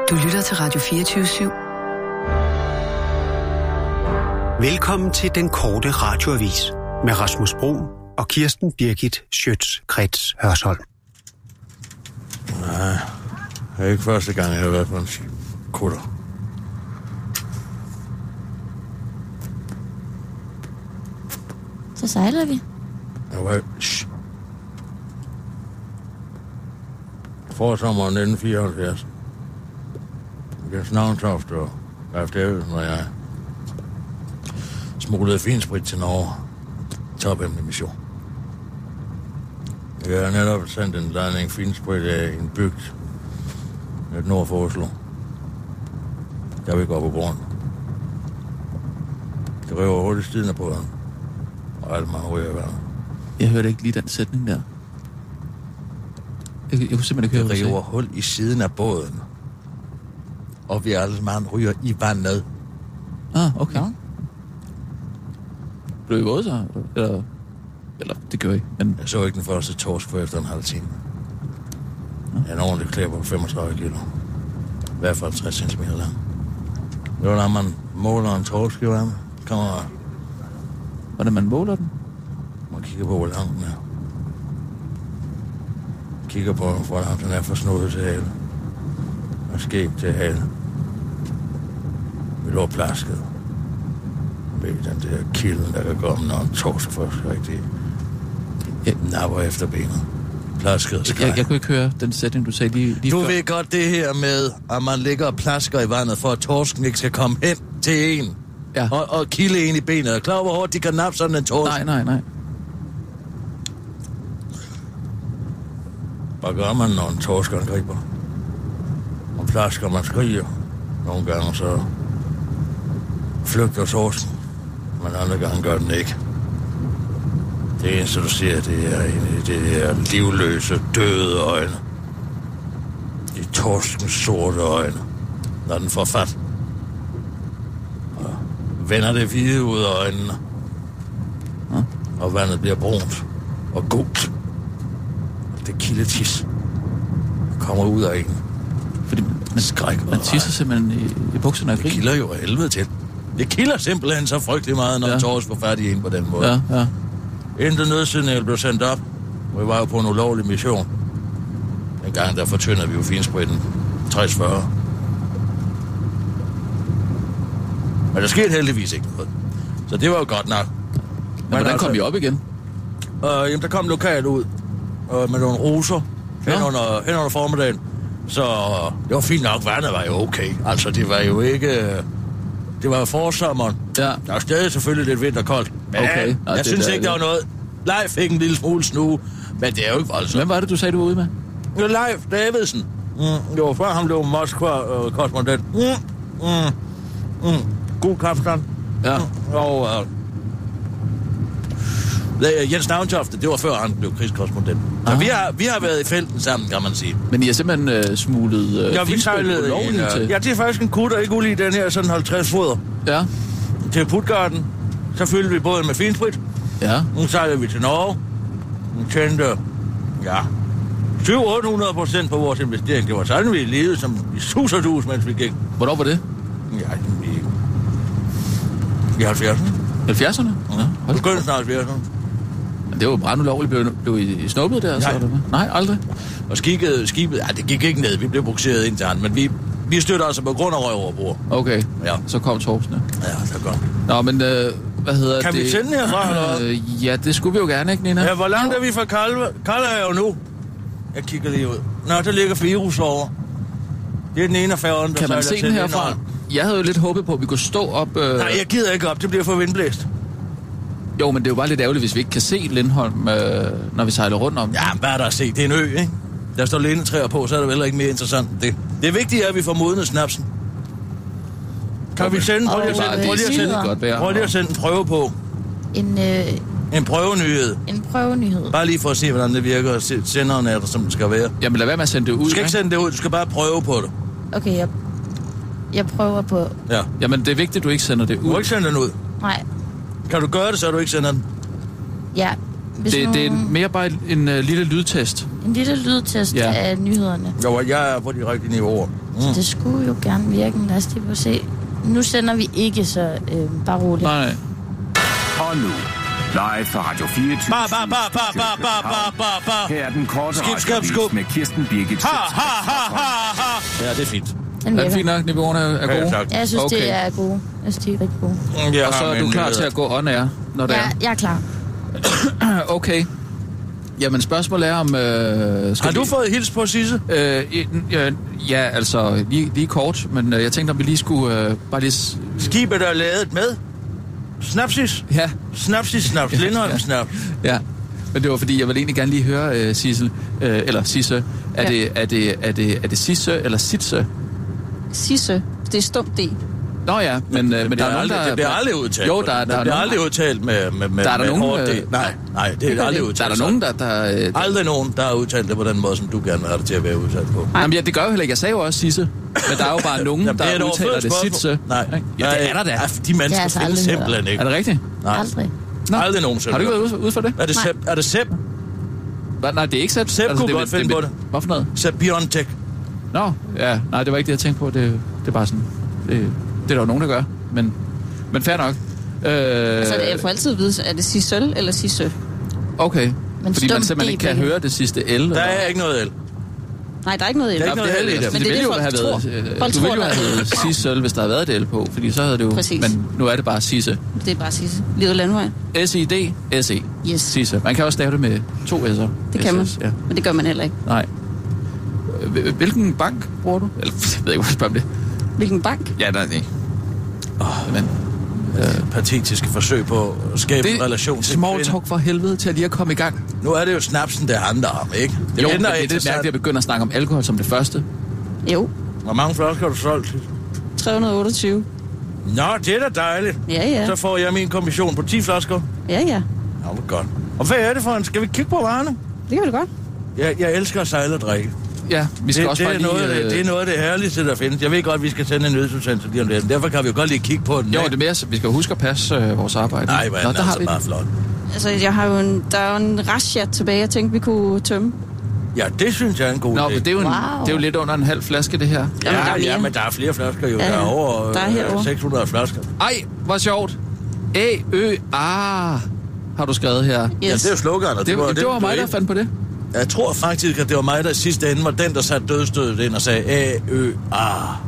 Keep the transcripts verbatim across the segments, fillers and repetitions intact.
Du lytter til Radio fireogtyve syv. Velkommen til den korte radioavis med Rasmus Broen og Kirsten Birgit Schøtz-Krets Hørsholm. Nej, det er ikke første gang, jeg har været på en kutter. Så sejler vi. Jeg var... Shh. Forsommeren nitten fireoghalvfjerds. Jens Navntoft og Leif Davidsen og jeg smuglede finsprit til Norge. Topemne mission. Jeg har netop sendt en ladning finsprit af en bygd lidt nord for Oslo. Der vil gå på broen. Det røver hurtigt stiden af båden. Og alt meget ryger i vandet. Jeg hørte ikke lige den sætning der. Jeg, jeg kunne simpelthen ikke høre, hvad du sagde. Det river hul i siden af båden. Og vi alle sammen ryger i vandet. Ah, okay. Ja. Blev I våde så? Eller, eller det gør I. Men... Jeg så ikke den første torsk for efter en halv time. Ja. En ordentlig klæber på femogtredive kilo. I hvert fald tres centimeter lang. Det var da man måler en torsk i vandet. Kommer... Hvordan man måler den? Man kigger på, hvor lang den er. Kigger på, hvor langt den er fra snodet til halen. Og skæg til halen. Vi lå plasket. Med den der kilden, der kan komme, når en torsk først rigtig ja. napper efter benet. Plasket og skræk. Jeg, jeg kunne ikke høre den sætning, du sagde lige, lige Du før. ved godt det her med, at man ligger og plasker i vandet, for at torsken ikke skal komme hen til en. Ja. Og, og kilde en i benet. Er klar, hvor hårdt de kan nappe sådan en torsk? Nej, nej, nej. Hvad gør man, når en torsk angriber? Man plasker, man skriger. Nogle gange så flygter torsken, men andre gange gør den ikke. Det eneste, du ser, det er det er livløse, døde øjne. De torskens sorte øjne, når den får fat. Og vender det hvide ud af øjnene. Ja. Og vandet bliver brunt og gult. Det kildetis kommer ud af en. Fordi man, skræk man tisser simpelthen i, i bukserne af grin. Det kilder jo af helvede til. Det kilder simpelthen så frygtelig meget, når ja. en torsk får fat i en på den måde. Ja, ja. Inden nødsignal blev sendt op, og vi var jo på en ulovlig mission. En gang der fortyndede vi jo finspritten tres fyrre. Men der skete heldigvis ikke noget. Så det var jo godt nok. Men hvordan altså, kom vi op igen? Øh, jamen, der kom lokalt ud øh, med nogle roser hen, ja. under, hen under formiddagen. Så det var fint nok, vandet var jo okay. Altså, det var jo ikke... Det var jo forsommeren. Ja. Der var stadig selvfølgelig lidt vinterkoldt. Men okay. ja, jeg synes der, ikke, der var noget. Leif fik en lille smule snue, men det er jo ikke voldsomt. Hvem var det, du sagde, du var ude med? Ja, Leif Davidsen. Mm, det var før ham blev Moskva-korrespondent. Mm, mm, mm. God kapstan. Ja. Mm, og... Uh, Jens Navntoft, det var før han blev krigskorrespondent. Så vi har, vi har været i felten sammen, kan man sige. Men I har simpelthen uh, smuglet uh, ja, vi sejlede en, uh, til? Ja, det er faktisk en kutter, ikke ulig den her, sådan halvtreds foder. Ja. Til Puttgarden. Så fyldte vi båden med finsprit. Ja. Nu sejlede vi til Norge. Nu tjente, ja, syv til otte hundrede procent på vores investering. Det var sådan, vi levede som i suserdus, mens vi gik. Hvornår var det? Ja, i, i halvfjerdserne. halvfjerdserne? Ja. ja. Begyndelsen af halvfjerdserne. Det var jo bare ulovligt. Blev, blev I snuppet der? Nej. Så, eller? Nej, aldrig. Og skibet, skibet, ja, det gik ikke ned. Vi blev bukseret ind til han, men vi, vi støtter altså på grund af røverbord. Okay, ja. Så kom torskene. Ja, så godt. Nå, men øh, hvad hedder kan det? Kan vi sende herfra, eller øh, Ja, det skulle vi jo gerne, ikke, Nina? Ja, hvor langt er vi fra Kalve? Kalve nu. Jeg kigger lige ud. Nå, der ligger Firus over. Det er den ene af færgen, der kan man se den herfra? Jeg havde jo lidt håbet på, at vi kunne stå op... Øh... Nej, jeg gider ikke op. Det bliver for vindblæst. Jo, men det er jo bare lidt ærgerligt, hvis vi ikke kan se Lindholm, øh, når vi sejler rundt om. Ja, hvad er der at se? Det er en ø, ikke? Der står lindetræer på, så er det vel ikke mere interessant. Det, det vigtige er, at vi får modnet snapsen. Kan okay. vi sende? Prøv lige at sende, prøv lige at sende, prøv lige at sende en prøve på. En, øh, en prøvenyhed. En prøvenyhed. Bare lige for at se, hvordan det virker, og senderen er der, som det skal være. Jamen lad være med at sende det ud. Du skal ikke sende det ud, du skal bare prøve på det. Okay, jeg, jeg prøver på... Ja. Jamen det er vigtigt, at du ikke sender det ud. Du må ikke sende den ud. Nej. Kan du gøre det, så du ikke sender den? Ja. Det, nu... det er mere bare en uh, lille lydtest. En lille lydtest ja. af nyhederne. Jo, jeg er på de rigtige niveauer. Mm. Så det skulle jo gerne virke. Lad os lige prøve at se. Nu sender vi ikke, så øh, bare roligt. Nej, nej. Og nu, live fra Radio fireogtyve. Bar, bar, bar, bar, bar, bar, bar, bar, bar. Her er den korte Skib, skab, radioavis skub. med Kirsten Birgit. Ha, ha, ha, ha, ha. Ja, det er fint. Den Er det virker. fint nok? Niveauerne er Ja, gode? tak. Ja, jeg synes, Okay. det er gode. Jeg synes, de er rigtig gode. Jeg Og så har er du min klar nyheder. til at gå on air, når det Ja, er? jeg er klar. Okay. Jamen, spørgsmålet er om... Øh, skal Har du vi- fået hils på, Sisse? Øh, ja, ja, altså, lige, lige kort, men øh, jeg tænkte, om vi lige skulle øh, bare lige... s- Skibet er ladet med snapsis. Ja, Snapsis, snaps. Lindholm, snaps. ja. Men det var, fordi jeg ville egentlig gerne lige høre, øh, Sissel, øh, eller Sisse, er, Ja. det, er, det, er, det, er det Sisse eller Sitse? Sisse. Det er stumt D. Nå ja, men, øh, men Det der er er nogen, aldrig, der... det bliver aldrig udtalt. Jo, der, der, det er bliver nogen, aldrig udtalt med, med, med, Der er der med nogen, hårdt øh, D. Nej, nej, det er gør aldrig det. udtalt. Der er der nogen, der... der øh, Aldrig nogen, der har udtalt det på den måde, som du gerne vil have det til at være udtalt på. Jamen, ja, det gør jo heller ikke. Jeg sagde jo også Sisse. Men der er jo bare nogen, Jamen, det er et der udtaler overflødigt det spørgsmål. Sitse. Nej. Ikke? Ja, det er der da. Ja, de Det har mennesker jeg altså findes aldrig simpelthen ikke. Er det rigtigt? Nej. Aldrig. Nå. Aldrig nogensinde. Har du ikke været ude, ude for det? Er det Nej. Sepp? Er det Sepp? Hva? Nej, det er ikke Sepp. Sepp kunne det, godt finde på det. Hvad for noget? Sepp Biontech. Nå, ja. Nej, det var ikke det, jeg tænkte på. Det, det er bare sådan... Det, det er der jo nogen, der gør. Men, men fair nok. Øh, Altså, jeg får altid at vide, er det Sissøl eller Sissø? Okay. Men Fordi man stumt simpelthen D ikke kan begge. høre det sidste L. Der eller? er ikke noget el. Nej, der er ikke noget i Der er det. ikke noget held i det. Men Men det det er ville det, jo folk have været... tror. øh, Folk Du tror, ville jo der have er været Sissel, hvis der havde været et L på. Fordi så havde det jo... Præcis. Men nu er det bare Sisse. Det er bare Sisse. Livet landvej. S I D S E. Yes. Sisse. Man kan også stave det med to S'er. Det kan man. S S, ja. Men det gør man heller ikke. Nej. Hvil- Hvilken bank bruger du? Eller, jeg ved ikke, hvad jeg spørger om det. Hvilken bank? Ja, nej, nej. Oh, men, Patetiske forsøg på at skabe en relation det til small kvinder. talk for helvede til at lige at komme i gang. Nu er det jo snapsen, det handler om, ikke? Det Jo, ender men det er ikke lidt til mærkeligt at begynde at snakke om alkohol som det første. Jo. Hvor mange flasker har du solgt? tre hundrede og otteogtyve. Nå, det er da dejligt. Ja, ja. Så får jeg min kommission på ti flasker. Ja, ja. Nå, hvor godt. Og hvad er det for en? Skal vi kigge på varerne? Det kan vi da godt. Jeg, jeg elsker at sejle og drikke. Ja, vi skal Det, også det, bare er lige... noget, af det, øh, det er noget af det herligste, der findes. Jeg ved godt, at vi skal sende en nødsudsendelse lige om lidt. Derfor kan vi jo godt lige kigge på den. Jo, ikke? det er mere, så vi skal huske at passe øh, vores arbejde. Nej, hvor er Nå, den der har altså vi bare den. flot. Altså, jeg har jo en, der er jo en restchat tilbage, jeg tænkte, vi kunne tømme. Ja, det synes jeg er en god Nå, idé. men det er, jo en, Wow. det er jo lidt under en halv flaske, det her. Jamen, der er Ja, ja, mere. men der er flere flasker jo. Ja, Der er over der er øh, herovre. seks hundrede flasker. Ej, hvor sjovt. A, Ø, A, har du skrevet her. Yes. Ja, det er jo slukkeren. og Det, det, det var mig, der fandt. fandt på det. Jeg tror faktisk, at det var mig, der i sidste ende var den, der satte dødstødet ind og sagde A, Ø, A.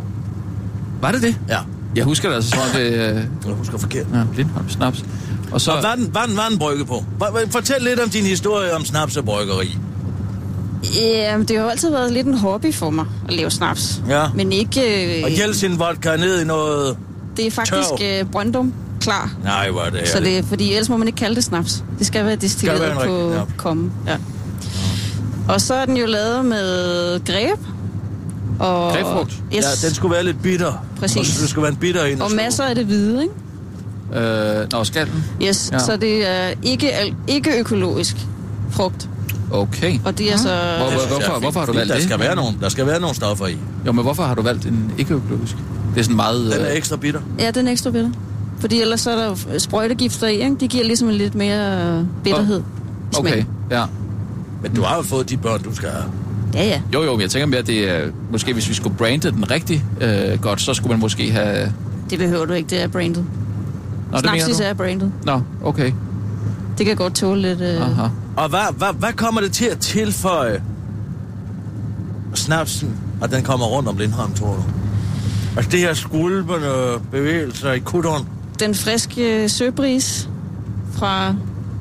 Var det det? Ja, Jeg husker det altså, som om det... Øh, jeg husker forkert. ja, Lindholm Snaps. Og så... Og hvad er den, hvad er den, hvad er den brygge på? Hva- hva- Fortæl lidt om din historie om snaps og bryggeri. Ja, det har jo altid været lidt en hobby for mig at lave snaps. Ja. Men ikke... Øh, Og Jeltsin vodka ned i noget... det er faktisk tørv. øh, Brøndum klar. Nej, hvor er det Så ærligt. det er, fordi ellers må man ikke kalde det snaps. Det skal være destilleret Skal være en på rigtig- ja. komme. Ja. Og så er den jo lavet med greb. Og Grebfrugt? Yes. Ja, den skulle være lidt bitter. Præcis. Det skulle være en bitter en. Og masser af det hvide, ikke? Øh, nå, skallen. Yes, Ja. ja. Så det er ikke, al- ikke økologisk frugt. Okay. Og det er så... Hvor- hvor- hvorfor- hvorfor har du valgt der det? Skal være nogle, der skal være nogle stoffer i. Jo, men hvorfor har du valgt en ikke-økologisk? Det er sådan meget... Den er Øh, ekstra bitter. Ja, den er ekstra bitter. Fordi ellers så er der jo sprøjtegifter i, ikke? De giver ligesom en lidt mere øh, bitterhed. i okay, smagen. ja. Men du har jo fået de børn, du skal have. Ja, ja. Jo, jo, men jeg tænker mere, at det er... Måske hvis vi skulle brande den rigtig øh, godt, så skulle man måske have... Det behøver du ikke, det er brandet. Nå, det mener Snapsis du? er brandet. Nå, okay. Det kan godt tåle lidt... Øh... Aha. Og hvad, hvad, hvad kommer det til at tilføje snapsen, at den kommer rundt om Lindholm, tror du? Altså det her skvulpende bevægelser i kutteren. Den friske søbris fra,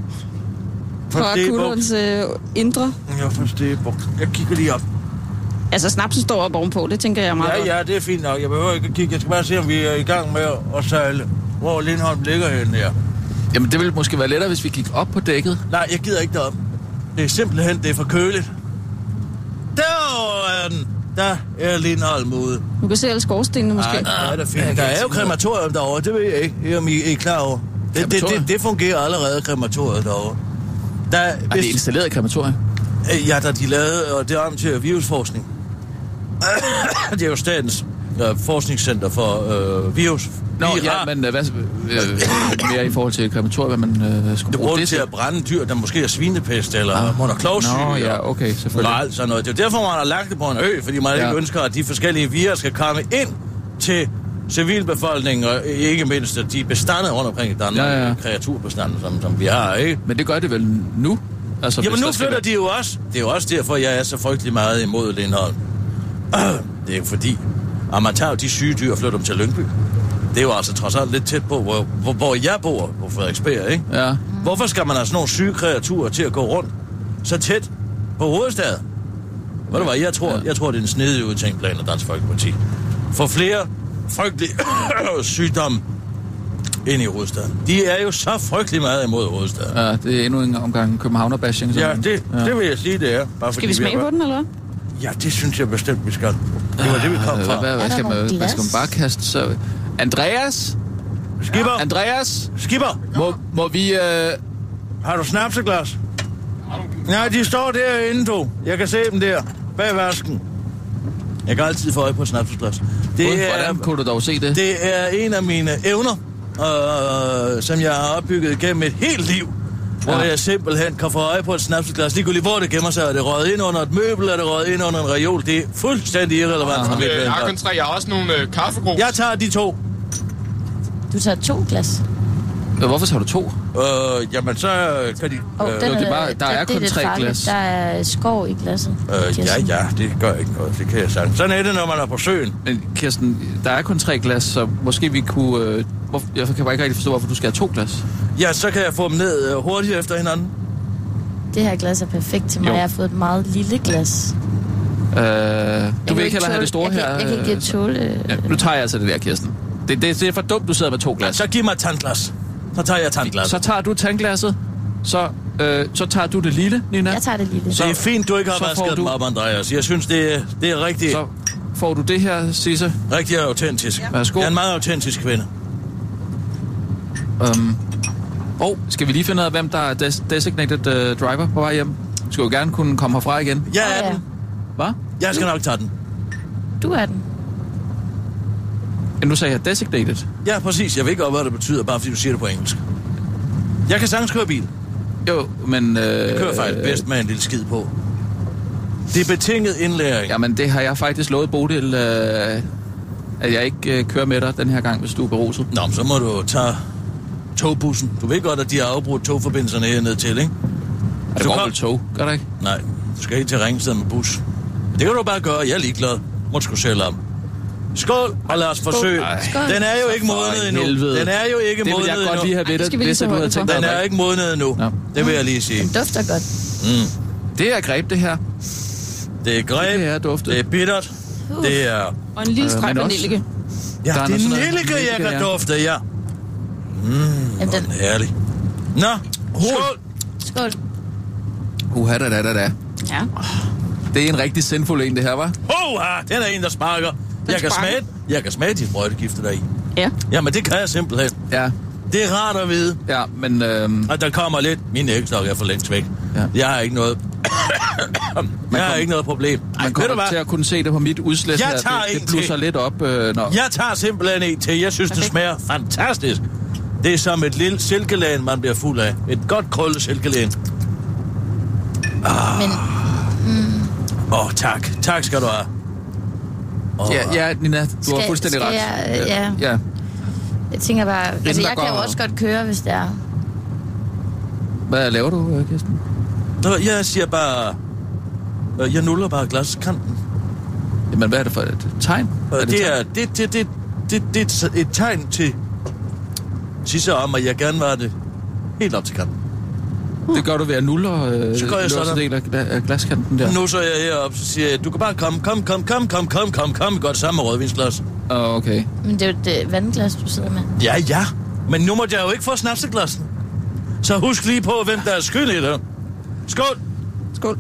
Fra fra Stenbugt. kutterens øh, indre. Jeg forstår. Jeg kigger lige op. Altså, snapsen står op ovenpå, det tænker jeg er meget godt. Ja, ja, det er fint nok. Jeg behøver ikke at kigge. Jeg skal bare se, om vi er i gang med at sejle. Hvor Lindholm ligger henne her. Jamen, det ville måske være lettere, hvis vi gik op på dækket. Nej, jeg gider ikke derop. Det er simpelthen, det er for køligt. Der er den. Der er Lindholm ude. Du kan se alle skorstenene måske. Nej, nej, det er fint. Der er jo krematorium derovre, det ved jeg ikke, om I, I er klar over. Det, det, Krematorium? det, det fungerer allerede, krematoriet derovre. Der, Er det installeret i krematoriet? Ja, da de lavede og det om til virusforskning. Det er jo statens øh, forskningscenter for øh, virus. Nå, Vi ja, har, men øh, hvad, øh, mere i forhold til krematoriet, hvad man øh, skulle det bruge bruger det til at brænde dyr, der måske er svinepest eller Ah. monoklovsyge. Nå, ja, okay, selvfølgelig. Og alt sådan noget. Det er jo derfor, man har lagt det på en ø, fordi man Ja. ikke ønsker, at de forskellige virus skal komme ind til civilbefolkningen, og ikke mindst at de bestande rundt omkring i Danmark, Ja, ja. kreaturbestande, som, som vi har, ikke? Men det gør det vel nu? Altså, Jamen hvis nu der skal flytter være- de jo også. Det er jo også derfor, jeg er så frygtelig meget imod Lindholm. Det er jo fordi, at man tager jo de syge dyr og flytter dem til Lyngby. Det er jo altså trods alt lidt tæt på, hvor, hvor, hvor jeg bor på Frederiksberg, ikke? Ja. Hvorfor skal man have sådan nogle syge kreaturer til at gå rundt så tæt på hovedstaden? Ved du hvad, jeg tror, Ja. jeg tror det er en snedig udtænkt plan af Dansk Folkeparti. For flere frygtelige sygdomme ind i hovedstaden. De er jo så frygtelig meget imod hovedstaden. Ja, det er endnu en omgang Københavner-bashing. Ja, sådan. det, Ja. det vil jeg sige, det er. Bare Skal vi smage på den, eller hvad? Ja, det synes jeg bestemt, vi skal. Det var det, vi kom Øh, fra. Hvad, hvad, der skal man, nogle hvad skal man glas? bare kaste så... Andreas? Skipper, Andreas? Skipper, Må, må vi... Øh... har du snapseglas? Nej, de står derinde, du. Jeg kan se dem der, bag vasken. Jeg kan altid få øje på et snapseglas. Det er, Hvordan kunne du dog se det? det er en af mine evner, øh, som jeg har opbygget gennem et helt liv. Hvor Ja. jeg simpelthen kan få øje på et snapseglas. Ligegyldigt hvor det gemmer sig. Er det røget ind under et møbel? Er det røget ind under en reol? Det er fuldstændig irrelevant for mit Øh, jeg har kun vedkommende. tre. Jeg har også nogle øh, kaffegrus. Jeg tager de to. Du tager to glas. Øh, Hvorfor tager du to? Øh, jamen, så kan de... Oh, Øh, den det er bare- der er det, kun det lidt tre farligt. glas. Der er skov i glasset. øh, ja, Kirsten. ja, det gør ikke noget. Det kan jeg sige. Sådan er det, når man er på søen. Men Kirsten, der er kun tre glas, så måske vi kunne... Øh... Hvor... Jeg kan bare ikke rigtig forstå, hvorfor du skal have to glas. Ja, så kan jeg få dem ned øh, hurtigt efter hinanden. Det her glas er perfekt til mig. Jo. Jeg har fået et meget lille glas. Øh... Du Jeg vil kan ikke heller have tåle- det store jeg her? Kan, jeg kan ikke tåle... øh, Ja, nu tager jeg altså det der, Kirsten. Det, det, det er for dumt, du sidder med to glas. Så giv mig et tandglas. Så tager jeg tandglas. Så tager du tandglasset, så, øh, så tager du det lille, Nina. Jeg tager det lille. Det er fint, du ikke har så får vasket du- dem op, Andreas. Jeg synes, det er, det er rigtig, Så får du det her, Sisse. rigtig autentisk. Værsgo. Jeg er en meget autentisk kvinde. Um, og skal vi lige finde ud af, hvem der er des- designated uh, driver på vej hjem? Du skal jo gerne kunne komme herfra igen. Jeg Åh, er ja. den. Hvad? Jeg skal nok tage den. Du er den. Nu sagde jeg designated. Ja, præcis. Jeg ved ikke godt, hvad det betyder, bare fordi du siger det på engelsk. Jeg kan sagtens køre bil. Jo, men... Øh, Jeg kører faktisk bedst med en lille skid på. Det er betinget indlæring. Jamen, det har jeg faktisk lovet Bodil, øh, at jeg ikke øh, kører med dig den her gang, hvis du er beruset. Nå, men så må du tage togbussen. Du ved godt, at de har afbrudt togforbindelserne hernede til, ikke? Er det Du går kom- vel tog, gør det ikke? Nej, du skal ikke til Ringsted med bus. Det kan du bare gøre. Jeg er ligeglad. Må du sgu selv om. Skål, og lad os forsøge. Skål. Den er jo Så ikke for modnet endnu. helvede. Den er jo ikke Det vil modnet jeg godt endnu. lige have Ej, det ved, skal vi lige hvis du tage havde højde tænkt for. dig Den at er drikke. ikke modnet endnu. Ja. Det vil jeg lige sige. Den dufter godt. Mm. Det er greb, det her. Det er greb. Det er duftet. Det er bittert. Det er... Og en lille Øh, streg men også- vanilje. Ja, Der er det er noget sådan noget nellike, jeg nellike, kan ja. dufte, ja. Mm, Jamen, den... den er herlig. Nå, skål. Skål. Uha, da, da, da, da. Ja. Det er en rigtig sindfuld en, det her, var. Hoha, den er en, der sparker. Jeg kan sparker. smage, jeg kan smage de sprøjtegifte deri. Ja. Jamen, det kan jeg simpelthen. Ja, Det er rart at vide, ja, men... Øh, at der kommer lidt. Min ægstok er for længst væk. Ja. Jeg har ikke noget... jeg har ikke noget problem. man Ved du kommer hvad? til at kunne se det på mit udslæt Jeg her. tager Det, en det blusser til. lidt op, øh, når... Jeg tager simpelthen en til. Jeg synes, det smager fantastisk. Det er som et lille silkelæn, man bliver fuld af. Et godt krøllet silkelæn. Men Åh, oh, tak. Tak skal du have. Oh. Ja, ja, Nina, du Skal- har fuldstændig skal ret. jeg, øh, ja. ja. jeg tænker bare... Altså, der jeg kan jo går- også godt køre, hvis det er. Hvad laver du, øh, Kirsten? Nå, jeg siger bare... øh, Jeg nuller bare glaskanten. Jamen, hvad er det for et tegn? Øh, det Det tegn? er, det, det, det, det, det er et- et tegn til... Sisse om, at jeg gerne vil have det helt op til kanten. Det gør du ved at nulle øh, Så gør jeg øverste sådan. del af, gla- af glaskanten der. Nu så jeg herop, så siger jeg, du kan bare komme, kom, kom, kom, kom, kom, kom, kom, vi gør det samme med rødvinsglas. Åh, okay. Men det er jo det vandglas, du sidder med. Ja, ja, men nu måtte jeg jo ikke få snapseglassen. Så husk lige på, hvem der er skyld i det. Skål! Skål.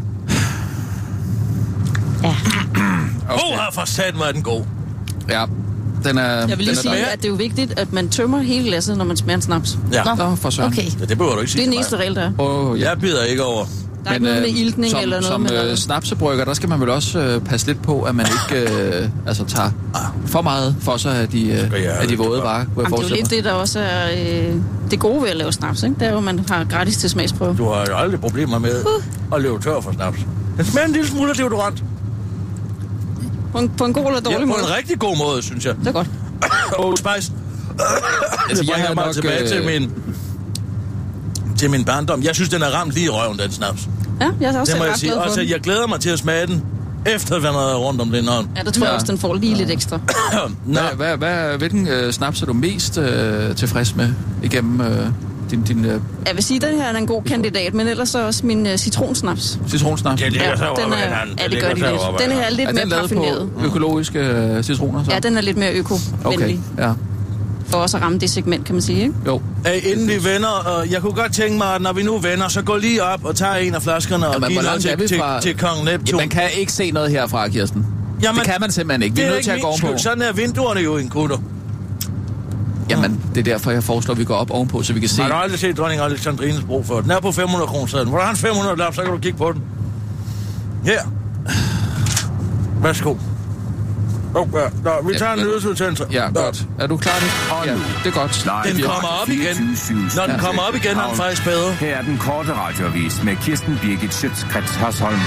Ja. Åh, oh, her for satan, var den god. Ja, den er... Jeg vil lige den er sige, dejlig. at det er jo vigtigt, at man tømmer hele glasset, når man smager en snaps. Ja, Nå. Nå, for søren. Okay. ja det behøver du ikke Det sige er den til eneste mig. regel, der er. Åh, oh, ja. Jeg bider ikke over. Der er ikke noget med iltning som, eller noget som, med øh, noget. snapsebrygger, der skal man vel også øh, passe lidt på, at man ikke øh, altså, tager for meget for sig af de, øh, af de våde varer. Jamen, det er jo lidt det, der også er øh, det gode ved at lave snaps, ikke? Det er jo, at man har gratis til smagsprøve. Du har jo aldrig problemer med uh. at løbe tør for snaps. Den smager en lille smule af deodorant. På en, på en god eller dårlig ja, måde? på en rigtig god måde, synes jeg. Det er godt. Old Spice. Altså, det bringer mig nok, tilbage øh... til min... til min barndom. Jeg synes, den er ramt lige i røven, den snaps. Ja, jeg er også det må ret jeg sige. glad for Også, den. jeg glæder mig til at smage den, efter at være rundt om Lindholm. Ja, der tror jeg ja. også, den får lige lidt ekstra. Hvad, hvad, hvad, hvilken øh, snaps er du mest øh, tilfreds med igennem øh, din... din øh... Jeg vil sige, at den her er en god kandidat, men ellers så også min øh, citronsnaps. Citronsnaps? Det ligger ja, så den er, ja, det gør de lidt. Den her er lidt er mere den lavet parfumeret. på økologiske øh, citroner, så? Ja, den er lidt mere øko-venlig. Okay, ja. For også at ramme det segment, kan man sige, ikke? Jo. Hey, inden vi vender, uh, jeg kunne godt tænke mig, at når vi nu vender, så gå lige op og tager en af flaskerne og Jamen, giv noget til, til, fra... til Kong Neptun. Ja, man kan ikke se noget herfra, Kirsten. Jamen, det kan man simpelthen ikke. Vi er, er nødt til at gå ovenpå. Sådan er vinduerne jo en kutter. Jamen, det er derfor, jeg foreslår, at vi går op ovenpå, så vi kan se... Man har aldrig set dronning Alexandrines bro før. Den er på fem hundrede kroner siden. Hvor der har en fem hundrede lap, så kan du kigge på den. Her. Værsgo. Okay, nå, vi tager en nyhedsudsendelse. Ja, godt. Er du klar? Ja, det er godt. Den kommer op igen. Når den kommer op igen, er den faktisk bedre. Her er den korte radioavis med Kirsten Birgit Schøtz-Krets Hørsholm.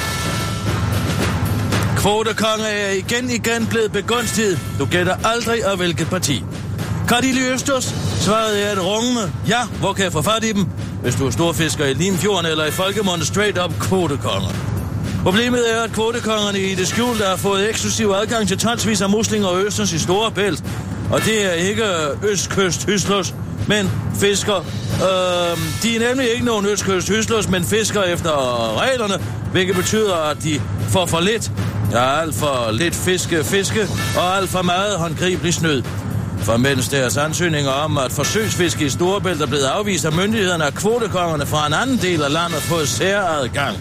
Kvotekonge er igen igen blevet begunstiget. Du gætter aldrig af hvilket parti. Cordelie Østers svaret er et rungende. Ja, hvor kan jeg få fat i dem? Hvis du er storfisker i Limfjorden eller i folkemunde straight up kvotekonge. Problemet er, at kvotekongerne i det skjulte har fået eksklusiv adgang til tonsvis af muslinger og østers i store bælt. Og det er ikke østkyst hyslås, men fisker. Øh, de er nemlig ikke nogen østkyst hyslås, men fisker efter reglerne, hvilket betyder, at de får for lidt. Der er alt for lidt fiske, fiske og alt for meget håndgribelig snød. For mens deres ansøgninger om, at forsøgsfiske i Storebælt er blevet afvist af myndighederne, er kvotekongerne fra en anden del af landet fået særadgang.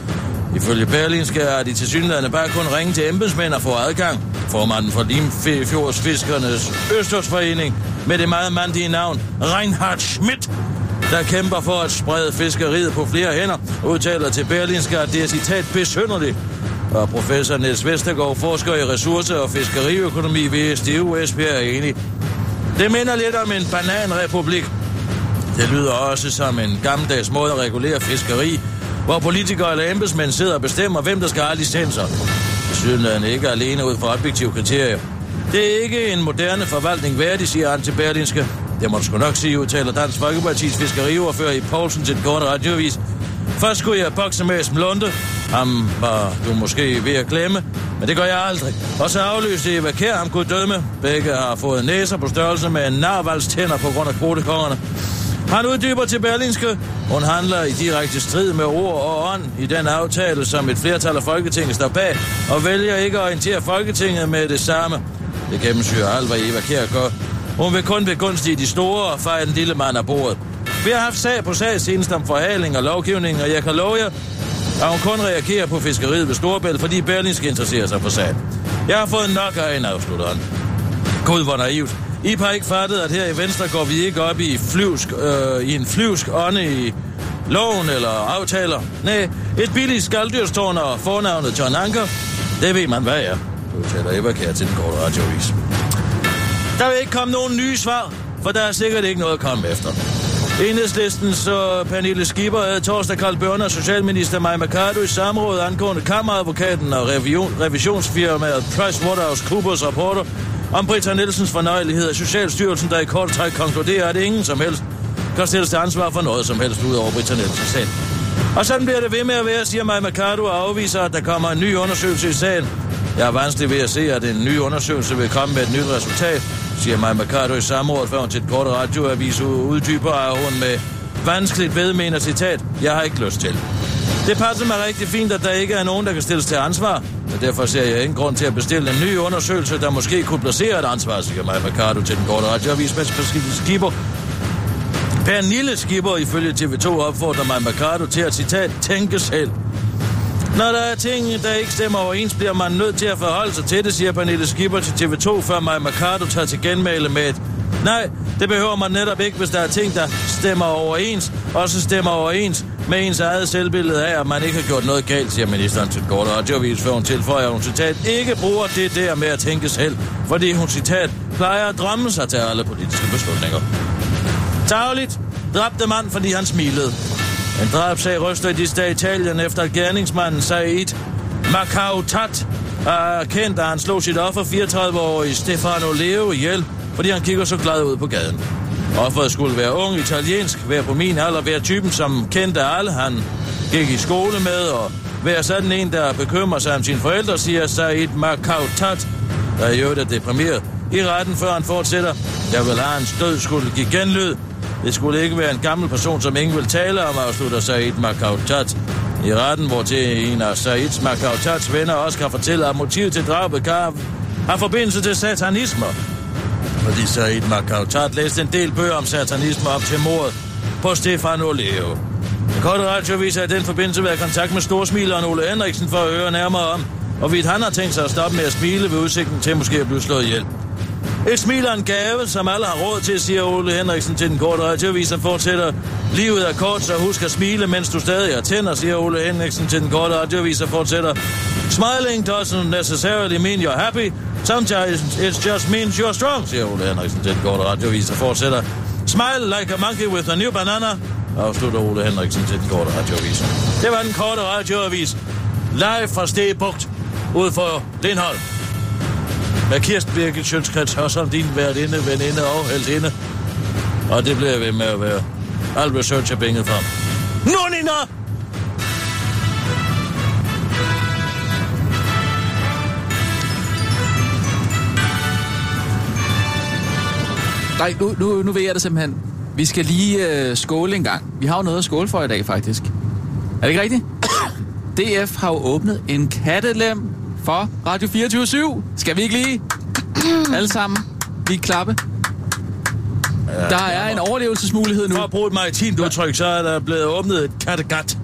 Ifølge Berlingske er de tilsyneladende bare kun ringe til embedsmænd og få adgang. Formanden for Limfjordsfiskernes Østersforening med det meget mandige navn Reinhard Schmidt, der kæmper for at sprede fiskeriet på flere hænder, udtaler til Berlingske, at det er citat besynderligt. Og professor Niels Vestergaard, forsker i ressource- og fiskeriøkonomi ved S D U Esbjerg, er enig. Det minder lidt om en bananrepublik. Det lyder også som en gammeldags måde at regulere fiskeri, hvor politikere eller embedsmænd sidder og bestemmer, hvem der skal have licenser. Sydlandet ikke alene ud fra objektive kriterier. Det er ikke en moderne forvaltning værdig, siger han til Berlingske. Det må du sgu nok sige, udtaler Dansk Folkepartis fiskeriordfører i Poulsen til den korte radioavis. Først skulle jeg bokse med Esben Lunde. Ham var du måske ved at glemme, men det gør jeg aldrig. Og så afløste Eva Kjær ham kunne dømme. Begge har fået næser på størrelse med en narvals tænder på grund af kvotekongerne. Han uddyber til Berlingske. Hun handler i direkte strid med ord og ånd i den aftale, som et flertal af Folketinget står bag, og vælger ikke at orientere Folketinget med det samme. Det gennemsyrer alt, hvad Eva Kjær gør. Hun vil kun begunstige de store og fejre den lille mand af bordet. Vi har haft sag på sag senest om forhaling og lovgivning, og jeg kan love jer, at hun kun reagerer på fiskeriet ved Storebælt, fordi Berlingske interesserer sig for sagen. Jeg har fået nok af en, afslutter han. Gud, hvor naivt. I har ikke fattet, at her i Venstre går vi ikke op i, flyvsk, øh, i en flyvsk ånde i loven eller aftaler. Nej, et billigt skaldyrstårn og fornavnet John Anker, det ved man, hvad er. Udtaler Eva Kjær til den korte radioavis. Der vil ikke komme nogen nye svar, for der er sikkert ikke noget at komme efter. Enhedslistens og Pernille Skipper havde torsdag kaldt Børne- og Socialminister Mai Mercado i samråd angående kammeradvokaten og revision, revisionsfirmaet PricewaterhouseCoopers rapporter om Britta Nielsens fornøjelighed af Socialstyrelsen, der i kort træk konkluderer, at ingen som helst kan stilles til ansvar for noget som helst ud over Britta Nielsen selv. Og sådan bliver det ved med at være, siger Mai Mercado og afviser, at der kommer en ny undersøgelse i sagen. Jeg er vanskelig ved at se, at en ny undersøgelse vil komme med et nyt resultat, siger Mai Mercado i samrådet, før hun til et kort radioavis uddyber, at hun med vanskeligt ved mener citat, jeg har ikke lyst til. Det passer mig rigtig fint, at der ikke er nogen, der kan stilles til ansvar, og derfor ser jeg ingen grund til at bestille en ny undersøgelse, der måske kunne placere et ansvar, siger Mai Mercado til den korte radioavis, mens Pernille Skipper. Pernille Skipper ifølge T V to opfordrer Mai Mercado til at citat, tænke selv. Når der er ting, der ikke stemmer overens, bliver man nødt til at forholde sig til det, siger Pernille Skipper til T V to, før Mai Mercado tager til genmæle med et nej, det behøver man netop ikke, hvis der er ting, der stemmer overens, også stemmer overens med ens eget selvbillede af, at man ikke har gjort noget galt, siger ministeren til kort radioavis, før hun tilføjer, at hun citat ikke bruger det der med at tænke selv, fordi hun citat plejer at drømme sig til alle politiske beslutninger. Tagligt dræbte mand, fordi han smilede. En drabsag ryster i disse dage Italien, efter at gerningsmanden Said Makautat er kendt, at han slog sit offer fireogtredive-årige Stefano Leo ihjel, fordi han kigger så glad ud på gaden. Offeret skulle være ung, italiensk, være på min alder, være typen, som kendte alle, han gik i skole med, og være sådan en, der bekymrer sig om sine forældre, siger Said Makautat, der i øvrigt er deprimeret i retten, før han fortsætter. Der vil have hans død skulle give genlyd. Det skulle ikke være en gammel person, som ingen vil tale om, afslutter Said Makautat. I retten, hvor til en af Said Makautats venner også kan fortælle, at motivet til drabet kan have forbindelse til satanisme. Fordi Said Makautat læste en del bøger om satanisme op til mordet på Stefano Leo. En kort radioavis har i den forbindelse været i kontakt med storsmileren Ole Henriksen for at høre nærmere om, og vidt han har tænkt sig at stoppe med at smile ved udsigten til måske at blive slået ihjel. Et smil er en gave, som alle har råd til, siger Ole Henriksen til den korte radioavis, og fortsætter. Livet er kort, så husk at smile, mens du stadig har tænder, siger Ole Henriksen til den korte radioavis, og fortsætter. Smiling doesn't necessarily mean you're happy. Sometimes it just means you're strong, siger Ole Henriksen til den korte radioavis, og fortsætter. Smile like a monkey with a new banana, afslutter Ole Henriksen til den korte radioavis. Det var den korte radioavis. Live fra Stegebugt, ude for Lindholm. Med Kirsten Birgit Sjøtskrets Hørsholm, din værtinde, veninde og heltinde. Og det bliver ved med at være. Al research er bænget frem. Nu, Nina! Nej, nu, nu, nu ved jeg det simpelthen. Vi skal lige øh, skåle en gang. Vi har jo noget at skåle for i dag, faktisk. Er det ikke rigtigt? D F har jo åbnet en kattelem for Radio fireogtyve syv. Skal vi ikke lige alle sammen lige klappe? Ja, der er en overlevelsesmulighed nu. For at bruge et maritimt udtryk, så er der blevet åbnet et kattegat.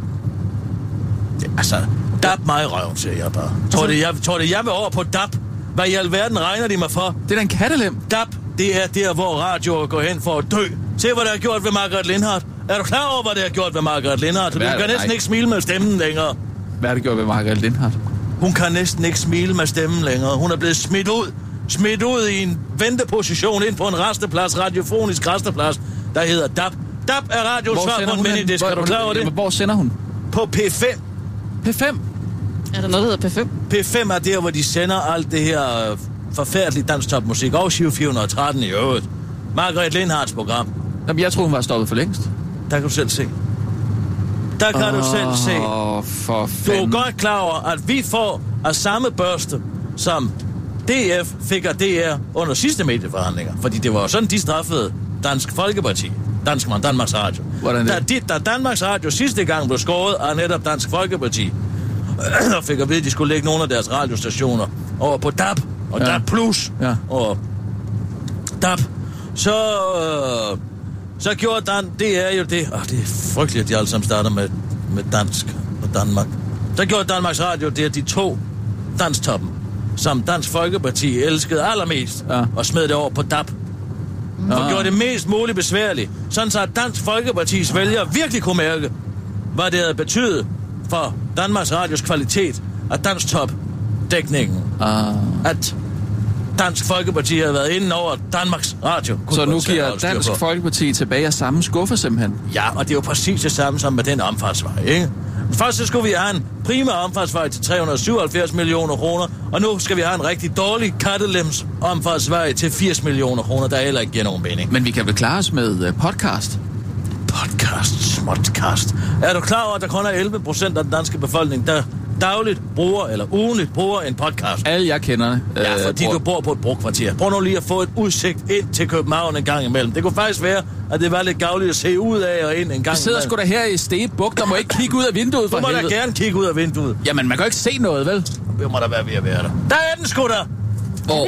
Altså, dab mig i røven, siger jeg bare. Tror det, jeg, tror det, jeg vil over på dab? Hvad i alverden regner de mig for? Det er da en kattelem. Dab, det er der, hvor radioer går hen for at dø. Se, hvad der har gjort ved Margaret Lindhardt. Er du klar over, hvad det har gjort ved Margaret Lindhardt? Du kan næsten nej. ikke smile med stemmen længere. Hvad har det gjort ved Margaret Lindhardt? Hun kan næsten ikke smile med stemmen længere. Hun er blevet smidt ud. Smidt ud i en venteposition ind på en resteplads, radiofonisk resteplads, der hedder D A B. D A B er radios svar på en minidisk. Er du klar over det? Hvor sender hun? På P fem. P fem? Er der noget, der hedder P fem? P fem er der, hvor de sender alt det her forfærdelige danstopmusik. Og Giro fire hundrede og tretten i øvrigt. Margaret Lindhardts program. Jamen, jeg troede, hun var stoppet for længst. Der kan du selv se. Der kan oh, du selv se. For fanden. Du er godt klar over, at vi får af samme børste, som D F fik af D R under sidste medieforhandlinger. Fordi det var jo sådan, de straffede Dansk Folkeparti. Dansk Man, Danmarks Radio. Hvordan det? Da, de, da Danmarks Radio sidste gang blev skåret af netop Dansk Folkeparti, og fik at vide, at de skulle lægge nogle af deres radiostationer over på D A B og ja. D A B Plus ja. og D A B. Så, øh, så gjorde Dan, det er jo det. Oh, det er frygteligt, at de alle sammen starter med, med dansk og Danmark. Så gjorde Danmarks Radio det, at de to danstoppen, som Dansk Folkeparti elskede allermest, ja. og smed det over på D A B. Ja. Og gjorde det mest muligt besværligt, sådan så at Dansk Folkepartis vælgere virkelig kunne mærke, hvad det havde betydet for Danmarks Radios kvalitet af danstop-dækningen. Ah. At Dansk Folkeparti havde været inde over Danmarks Radio. Så nu giver Dansk Folkeparti tilbage af samme skuffe simpelthen? Ja, og det er jo præcis det samme som med den omfartsvej, ikke? Først så skulle vi have en primær omfartsvej til tre hundrede og syvoghalvfjerds millioner kroner, og nu skal vi have en rigtig dårlig kattelems omfartsvej til firs millioner kroner, der heller ikke giver nogen mening. Men vi kan vel klare os med uh, podcast? Podcast, smodcast. Er du klar over, at der kun er elleve procent af den danske befolkning, der dagligt bruger, eller ugenligt bruger en podcast? Alle jeg kender. Øh, ja, fordi bruger... du bor på et brokvarter. Prøv nu lige at få et udsigt ind til København en gang imellem. Det kunne faktisk være, at det var lidt gavligt at se ud af og ind en gang. Vi sidder sgu da her i Stegebugt, der må ikke kigge ud af vinduet for helvede. Du må helvede. da gerne kigge ud af vinduet. Jamen, man kan jo ikke se noget, vel? Det må da være ved at være der. Der er den sgu da! Hvor?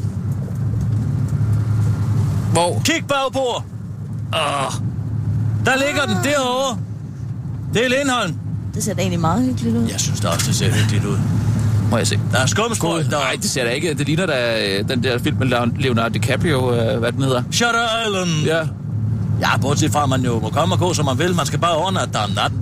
Hvor? Kig bagbord! Åh, der ligger den derovre. Det er Lindholm. Det ser da egentlig meget hyggeligt ud. Jeg synes da også, det ser hyggeligt ud. Må jeg se? Der er skumsprøjt der. Nej, det ser da ikke. Det ligner da den der film med Leonardo DiCaprio, hvad den hedder. Shutter Island. Ja. Ja, bortset fra, at man jo må komme og gå, som man vil. Man skal bare overnatte der om natten.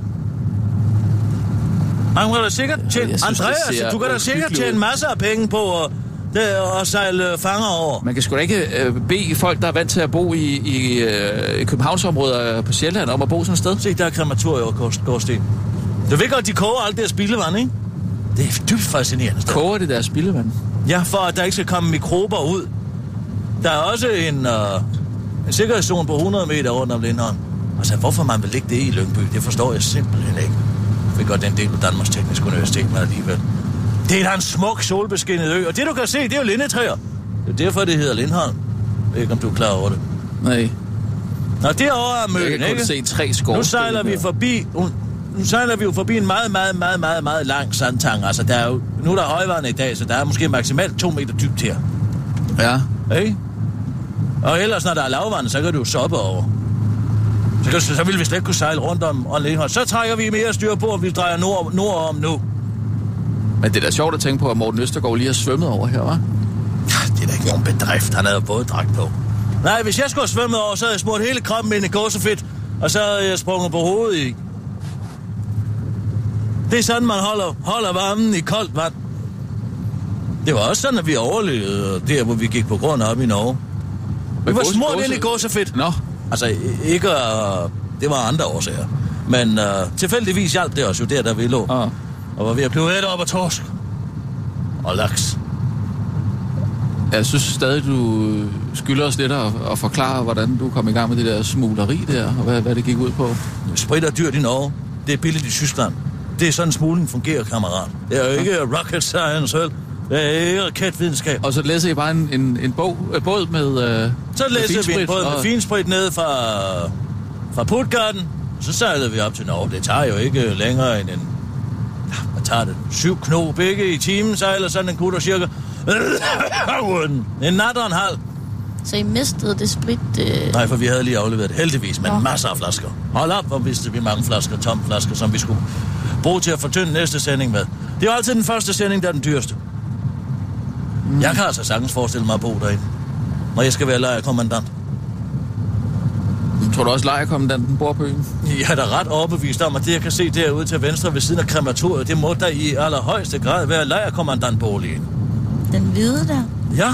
Han kan da sikkert tjene... Jeg synes, Andreas, det ser du kan da sikkert uhyggeligt tjene ud. masser af penge på at, det, at sejle fanger over. Man kan sgu da ikke øh, bede folk, der er vant til at bo i, i, øh, i Københavnsområdet på Sjælland, om at bo sådan et sted. Se, der er krematorier over Gårdsten. Du ved godt, de koger alt det her spildevand, ikke? Det er dybt fascinerende. Sted. Koger det der spildevand? Ja, for at der ikke skal komme mikrober ud. Der er også en, øh, en sikkerhedszone på hundrede meter rundt om Lindholm. Altså, hvorfor man vil lægge det i Lyngby, det forstår jeg simpelthen ikke. Jeg ved godt, det er en del af Danmarks Tekniske Universitet, men alligevel. Det er da en smuk, solbeskinnet ø, og det du kan se, det er jo lindetræer. Det er derfor, det hedder Lindholm. Jeg ved ikke, om du er klar over det. Nej. Nå, derovre er møen, Jeg kan ikke? kun se tre skove. Nu sejler vi forbi... Nu sejler vi jo forbi en meget, meget, meget, meget, meget lang sandtang. Altså, der er jo... Nu er der højvandet i dag, så der er måske maksimalt to meter dybt her. Ja. Ikke? Og ellers, når der er lavvand, så kan du jo soppe over. Så, kan, så vil vi slet ikke kunne sejle rundt om og Lindholm. Så trækker vi mere styr på, om vi drejer nord, nord om nu. Men det er da sjovt at tænke på, at Morten Østergaard lige har svømmet over her, hva'? Ja, det er da ikke nogen bedrift. Han havde både dragt på. Nej, hvis jeg skulle have svømmet over, så havde jeg smurt hele kroppen ind i gåsefedt, og så havde jeg sprunget på hovedet i. Det er sådan, man holder, holder varmen i koldt vand. Det var også sådan, at vi overlevede der, hvor vi gik på grund op i Norge. Vi var gåse- smurt gåse- ind i gåsefedt. Nå. Altså, ikke... Uh, det var andre årsager. Men uh, tilfældigvis hjalp det os jo der, der vi lå. Ah. Og var ved at blive ædt op af torsk. Og laks. Jeg synes stadig, du skylder os lidt at, at forklare, hvordan du kom i gang med det der smugleri der, og hvad, hvad det gik ud på. Sprit er dyrt i Norge. Det er billigt i Tyskland. Det er sådan, smugling fungerer, kammerat. Det er jo ikke rocket science, vel? Det er ikke raketvidenskab. Og så læser I bare en, en, en bog, øh, båd med øh, Så med læser vi en finsprit, båd med og- finsprit ned fra, fra Puttgarden. Så sejlede vi op til Norge. Det tager jo ikke længere end en... Hvad tager det? Syv knob ikke i timen sejler sådan en kutter cirka. En nat og en halv. Så I mistede det sprit... Øh... Nej, for vi havde lige afleveret det. Heldigvis, men Nå. masser af flasker. Hold op, hvor vidste vi mange flasker, tomme flasker, som vi skulle bruge til at fortynde næste sending med. Det er jo altid den første sending, der er den dyreste. Mm. Jeg kan altså sagtens forestille mig at bo derinde, når jeg skal være lejrkommandant. Tror du også, lejerkommandanten bor på øen? Jeg er da ret overbevist om, at det, jeg kan se derude til venstre ved siden af krematoriet, det må da i allerhøjeste grad være lejrkommandantboligen. Den hvide der. Ja,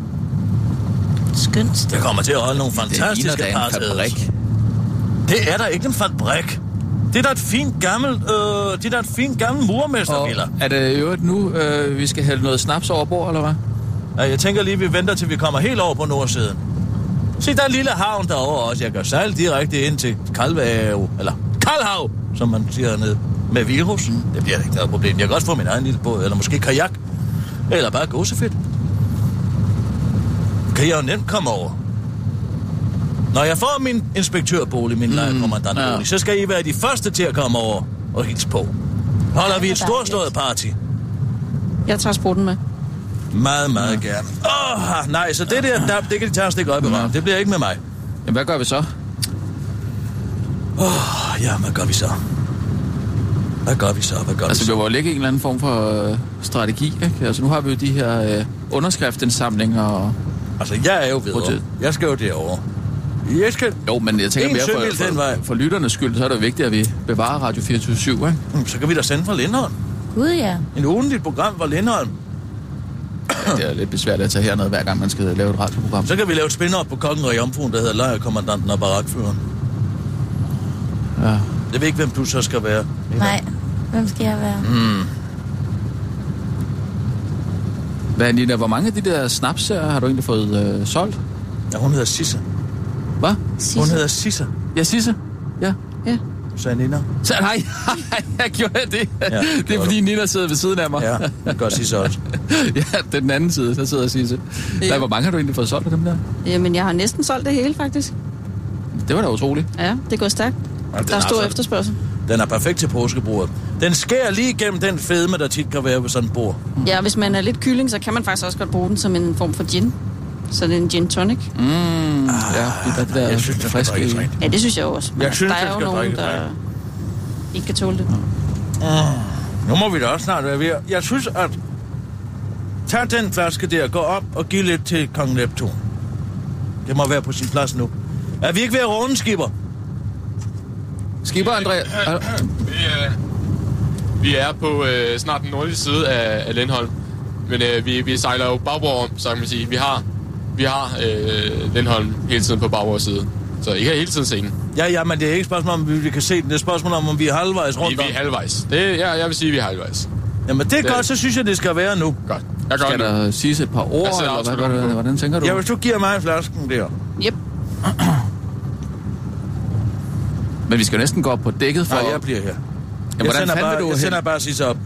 Skønt. det kommer til at holde nogle Det fantastiske ligner da en partader. fabrik. Det er da ikke en fabrik. Det er da et fint gammelt, øh, det er da et fint gammelt murmestervilla. Og er det jo nu, øh, vi skal hælde noget snaps over bord, eller hvad? Ja, jeg tænker lige, vi venter til vi kommer helt over på nordsiden. Se, der er en lille havn derovre også. Jeg kan sejle direkte ind til Kalvhav, eller Kalhav, som man siger hernede, med virus. Mm. Det bliver ikke noget problem. Jeg kan også få min egen lille båd, eller måske kajak, eller bare gåsefedt. Kan jeg jo nemt komme over. Når jeg får min inspektørbolig, min mm, lejrkommandantbolig, ja. Så skal I være de første til at komme over og hilse på. Holder vi et storslået party? Jeg tager sporten med. Meget, meget ja. gerne. Åh, oh, nej, så det der, der, det kan de tage og stikke op i røven. Det bliver ikke med mig. Jamen, hvad gør vi så? Åh, oh, ja, hvad gør vi så? Hvad gør vi så? Hvad gør Altså, vi så? vi må jo lægge en eller anden form for øh, strategi, ikke? Altså, nu har vi jo de her øh, underskriftindsamlinger og... Altså, jeg er jo Prøv videre. til. Jeg skal jo derovre. Jeg skal... Jo, men jeg tænker En mere sømil for, den vej. for, for lytternes skyld, så er det jo vigtigt, at vi bevarer Radio fireogtyve syv, ikke? Hmm, Så kan vi da sende fra Lindholm. Gud, ja. En ugentligt program fra Lindholm. Ja, det er lidt besværligt at tage hernede, hver gang man skal lave et radioprogram. Så kan vi lave et spin-off på Kongen og Jomfruen, der hedder Lejrkommandanten og Barakføreren. Ja. Jeg ved ikke, hvem du så skal være. Nej, hvem skal jeg være? Hmm. Hvad, Nina, hvor mange af de der snaps her har du egentlig fået øh, solgt? Ja, hun hedder Sisse. Hvad? Hun hedder Sisse, Ja, Sisse? Ja. Ja. sagde Nina. Så, nej, jeg gjorde det. Ja, Ja, det er gjorde fordi Nina sidder ved siden af mig. Ja, det gør Sisse også. Ja, det er den anden side, der sidder Sisse. Ja. Nej, hvor mange har du egentlig fået solgt af dem der? Jamen, jeg har næsten solgt det hele, faktisk. Det var da utroligt. Ja, det går stærkt. Ja, den Der er stor altså- efterspørgsel. Den er perfekt til påskebordet. Den skærer lige igennem den fedme, der tit kan være ved sådan et bord. Ja, hvis man er lidt kylling, så kan man faktisk også godt bruge den som en form for gin. Så det er en gin tonic. Mm, ah, ja, det er det der jeg synes, det skal friske... drikkes rent. Ja, det synes jeg også. Men Jeg altså, synes, der den er jo skal nogen, drikkes der rent. ikke kan tåle det. Nu må vi da også snart være ved. Jeg synes, at... Tag den flaske der, gå op og giv lidt til Kong Neptun. Det må være på sin plads nu. Er vi ikke ved at runde, skipper? Skipper, André? Vi er, vi er på øh, snart den nordlige side af, af Lindholm. Men øh, vi, vi sejler jo bagbord om, så kan man sige. Vi har, vi har øh, Lindholm hele tiden på bagbord side. Så I kan hele tiden se den. Ja, ja, men det er ikke et spørgsmål om, vi kan se den. Det er et spørgsmål om, om vi er halvvejs rundt vi, vi er halvvejs. Det, ja, jeg vil sige, at vi er halvvejs. Jamen, det er det... godt, så synes jeg, det skal være nu. Godt. Jeg Skal nu. der siges et par ord, eller hvad, hvad, hvad, hvordan tænker du? Ja, hvis du giver mig flasken der. Yep. Men vi skal næsten gå op på dækket for... Nej, jeg bliver her. Ja, Jeg hvordan sender fanden bare, vil du jeg hen? sender bare sidst op.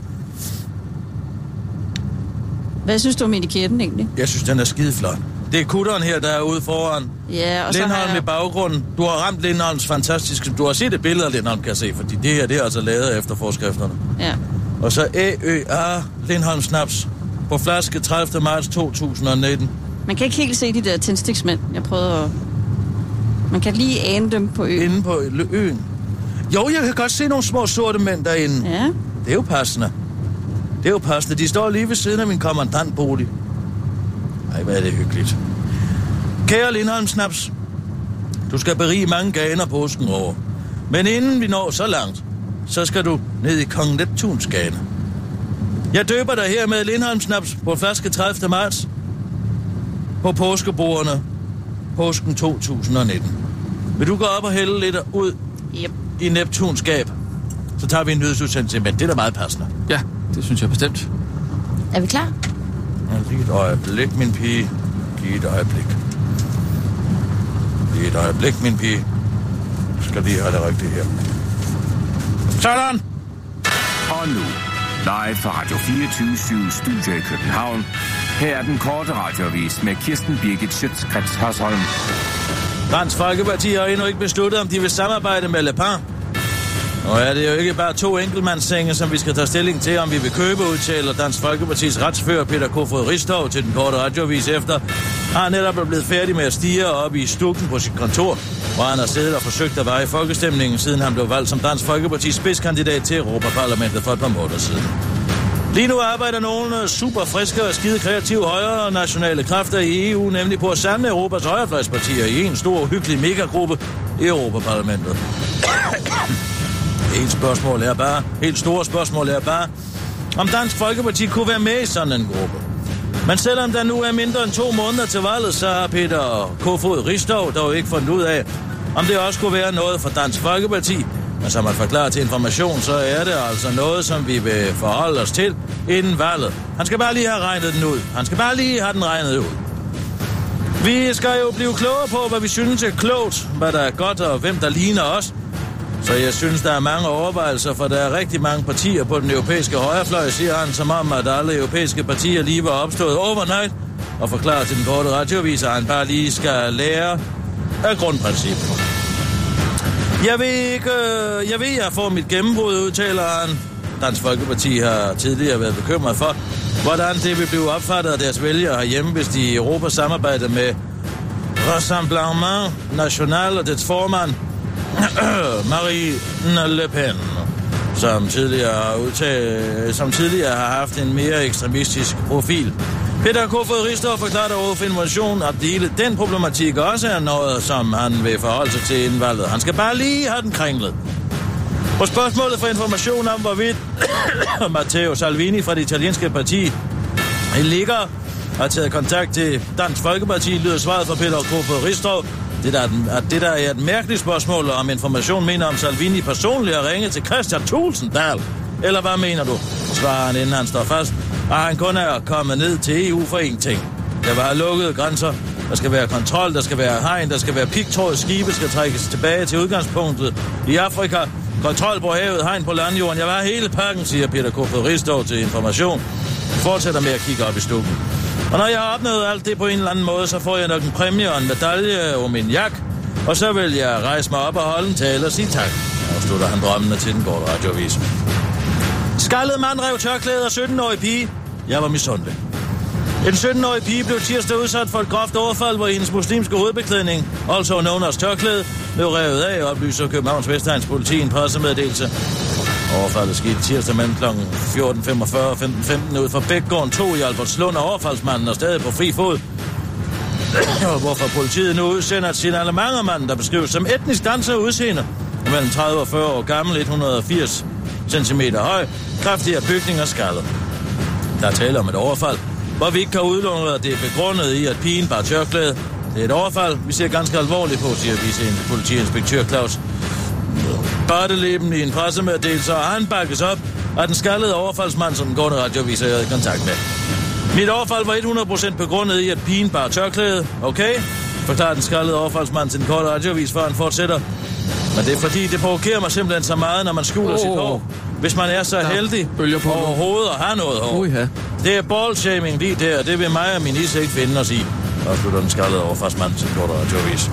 Hvad synes du om etiketten egentlig? Jeg synes, den er skideflot. Det er kutteren her, der er ude foran. Ja, og så Lindholm har jeg... i baggrunden. Du har ramt Lindholms fantastiske... Du har set et billede af Lindholm, kan jeg se, fordi det her, det er altså lavet efter forskrifterne. Ja. Og så A Ø A Lindholm Snaps på flaske tredivte marts to tusind og nitten. Man kan ikke helt se de der tændstiksmænd. Jeg prøvede at... Man kan lige ane dem på øen. Inde på øen. Jo, jeg kan godt se nogle små sorte mænd derinde. Ja. Det er jo passende. Det er jo passende. De står lige ved siden af min kommandantbolig. Ej, hvad er det hyggeligt. Kære Lindholm Snaps, du skal berige mange ganer påsken over. Men inden vi når så langt, så skal du ned i Kong Neptuns gane. Jeg døber dig her med Lindholm Snaps på flaske tredivte marts på påskebordene påsken to tusind og nitten. Vil du gå op og hælde lidt ud Yep. i Neptuns gab? Så tager vi en nyhedsudsendelse, men det er da meget passende. Ja, det synes jeg bestemt. Er vi klar? Ja, lige et øjeblik, min pige. Lige et øjeblik. Lige et øjeblik, min pige. Jeg skal lige have det rigtigt her. Sådan! Og nu, live fra Radio fireogtyve syv Studio i København. Her er den korte radioavis med Kirsten Birgit Schøtz-Krets Hørsholm. Dansk Folkeparti har endnu ikke besluttet, om de vil samarbejde med Le Pen. Og er det jo ikke bare to enkeltmandssenge, som vi skal tage stilling til, om vi vil købe, udtaler Dansk Folkepartis retsfører Peter Kofod Risskov til den korte radioavis efter. Han netop er blevet færdig med at stige op i stukken på sit kontor, hvor han har siddet og forsøgt at veje folkestemningen, siden han blev valgt som Dansk Folkepartis spidskandidat til Europaparlamentet for et par måneder siden. Lige nu arbejder nogle super friske og skide kreative højre nationale kræfter i E U, nemlig på at samle Europas højrefløjspartier i en stor, hyggelig megagruppe i Europaparlamentet. Helt spørgsmål er bare, helt store spørgsmål er bare, om Dansk Folkeparti kunne være med i sådan en gruppe. Men selvom der nu er mindre end to måneder til valget, så har Peter Kofod Risskov dog ikke fundet ud af, om det også kunne være noget for Dansk Folkeparti. Men som man forklarer til Information, så er det altså noget, som vi vil forholde os til inden valget. Han skal bare lige have regnet den ud. Han skal bare lige have den regnet ud. Vi skal jo blive klogere på, hvad vi synes er klogt, hvad der er godt og hvem der ligner os. Så jeg synes, der er mange overvejelser, for der er rigtig mange partier på den europæiske højrefløj, siger han, som om, at alle europæiske partier lige var opstået overnight, og forklarer til den korte radioavis, at han bare lige skal lære af grundprincippet. Jeg ved ikke, jeg ved, jeg får mit gennembrud, udtaler han. Dansk Folkeparti har tidligere været bekymret for, hvordan det vil blive opfattet af deres vælgere herhjemme, hvis de i Europa samarbejder med Rassemblement National og dets formand, Marine Le Pen, som tidligere, har udtaget, som tidligere har haft en mere ekstremistisk profil. Peter Kofod Risskov forklarer over for Information, at hele den problematik også er noget, som han vil forholde sig til inden valget. Han skal bare lige have den kringlet. På spørgsmålet for Information om, hvorvidt Matteo Salvini fra det italienske parti ligger har taget kontakt til Dansk Folkeparti, lyder svaret fra Peter Kofod Risskov, Det der, at det der er et mærkeligt spørgsmål, om Information mener om Salvini personligt at ringe til Christian Thulesen Dahl. Eller hvad mener du? Svarer han, inden han står fast. Og han kun er kommet ned til E U for én ting. Der var lukkede grænser. Der skal være kontrol, der skal være hegn, der skal være pigtråd, skibe skal trækkes tilbage til udgangspunktet i Afrika. Kontrol på havet, hegn på landjorden. Jeg var hele pakken, siger Peter Kofod Risskov til Information. Fortsætter med at kigge op i stukken. Og når jeg har opnået alt det på en eller anden måde, så får jeg nok en præmie og en medalje og min jak. Og så vil jeg rejse mig op og holde en tale og sige tak. Og slutter han drømmende til den korte radioavis. Skaldet mand rev tørklæde af sytten-årig pige. Jeg var misundelig. En sytten-årig pige blev tirsdag udsat for et groft overfald, hvor hendes muslimske hovedbeklædning, also known as tørklæde, blev revet af, oplyser Københavns Vestegns politi i en pressemeddelelse. Overfaldet skete tirsdag mellem klokken fjorten femogfyrre og femten femten ud fra Bækgården to i Albertslund, og overfaldsmanden er stadig på fri fod. Hvorfor politiet nu udsender et signalement, der beskrives som etnisk danser udseende. Mellem tredive og fyrre år gammel, et hundrede og firs centimeter høj, kraftigere bygning og skaldet. Der er tale om et overfald, hvor vi ikke kan udelukke, at det er begrundet i, at pigen bar tørklæde. Det er et overfald, vi ser ganske alvorligt på, siger politiinspektør Claus Barteleben i en pressemeddelelse, og han bakkes op af den skaldede overfaldsmand, som den gående radioavis er i kontakt med. Mit overfald var hundrede procent begrundet i, at pigen bar tørklæde. Okay? Forklarer den skaldede overfaldsmand til den korte radioavis, før han fortsætter. Men det er fordi, det provokerer mig simpelthen så meget, når man skjuler oh. sit hår. Hvis man er så heldig på overhovedet og har noget hår. Uh, ja. Det er ballshaming lige der, det vil mig og min is ikke finde os i. Og slutter den skaldede overfaldsmand til den korte radioavis.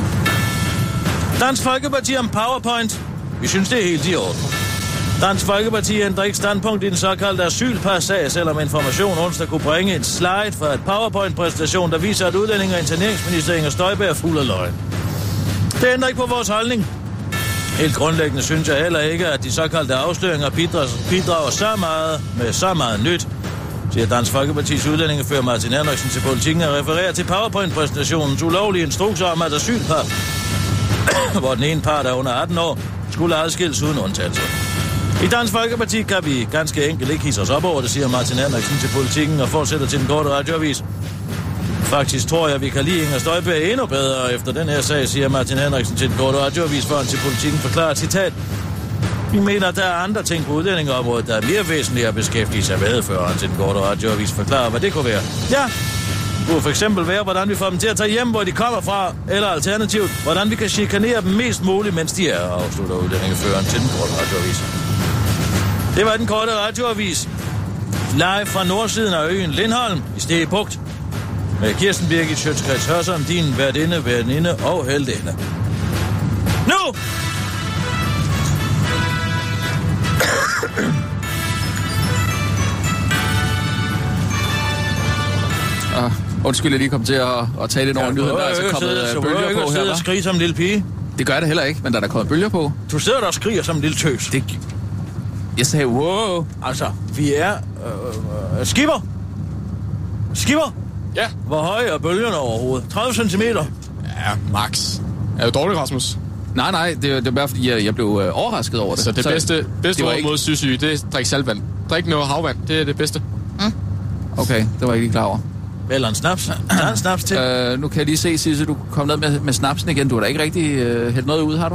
Dansk Folkeparti om PowerPoint. Vi synes, det er helt i orden. Dansk Folkeparti ændrer ikke standpunkt i den såkaldte asylpassag, selvom Information onsdag kunne bringe en slide fra et PowerPoint-præsentation, der viser, at udlænding og interneringsminister Inger Støjberg er fuld af løgn. Det ændrer ikke på vores holdning. Helt grundlæggende synes jeg heller ikke, at de såkaldte afsløringer bidrager, bidrager så meget med så meget nyt, siger Dansk Folkepartis udlændingefører Martin Henriksen til Politikken og refererer til PowerPoint-præsentationens ulovlige instrukser om, at asylpar, hvor den ene part er under atten år, skulle adskilles uden undtagelse. I Dansk Folkeparti kan vi ganske enkelt ikke hisse os op over det, siger Martin Henriksen til Politikken og fortsætter til den korte radioavis. Faktisk tror jeg, vi kan lide Inger Støjberg endnu bedre efter den her sag, siger Martin Henriksen til den korte radioavis, for han til Politikken forklarer citat. Vi mener, at der er andre ting på udlændingeområdet, der er mere væsentlige at beskæftige sig med, før han til den korte radioavis forklarer, hvad det kunne være. Ja, det kunne for eksempel være, hvordan vi får dem til at tage hjem, hvor de kommer fra, eller alternativt, hvordan vi kan chikanere dem mest muligt, mens de er, afslutter udlændingeføreren til den korte radioavis. Det var den korte radioavis. Live fra nordsiden af øen Lindholm i Stege Bugt. Med Kirsten Birgit Schøtz-Krets Hørsholm, din værtinde, værtinde og heldinde. Nu! Ah, undskyld, jeg lige kom til at, at tage lidt over nyheden, der er altså kommet så bølger ikke på her, hva'? Skrige som en lille pige. Det gør jeg da heller ikke, men der er der kommet bølger på. Du sidder der og skriger som en lille tøs. Det... Jeg sagde, wow. Altså, vi er... Øh, øh, skipper! Skipper! Ja. Hvor høje er bølgerne overhovedet? tredive centimeter? Ja, max. Er du dårlig, Rasmus? Nej, nej, det, det er bare fordi, jeg, jeg blev øh, overrasket over det. Så det så bedste, bedste råd ikke... mod sygesyge, det er drik saltvand. Drik noget havvand, det er det bedste. Mm. Okay, det var jeg ikke lige klar over. Eller en snaps. Der er en snaps til. Øh, nu kan jeg lige se, Sisse, du kom ned med, med snapsen igen. Du har da ikke rigtig øh, hældt noget ud, har du?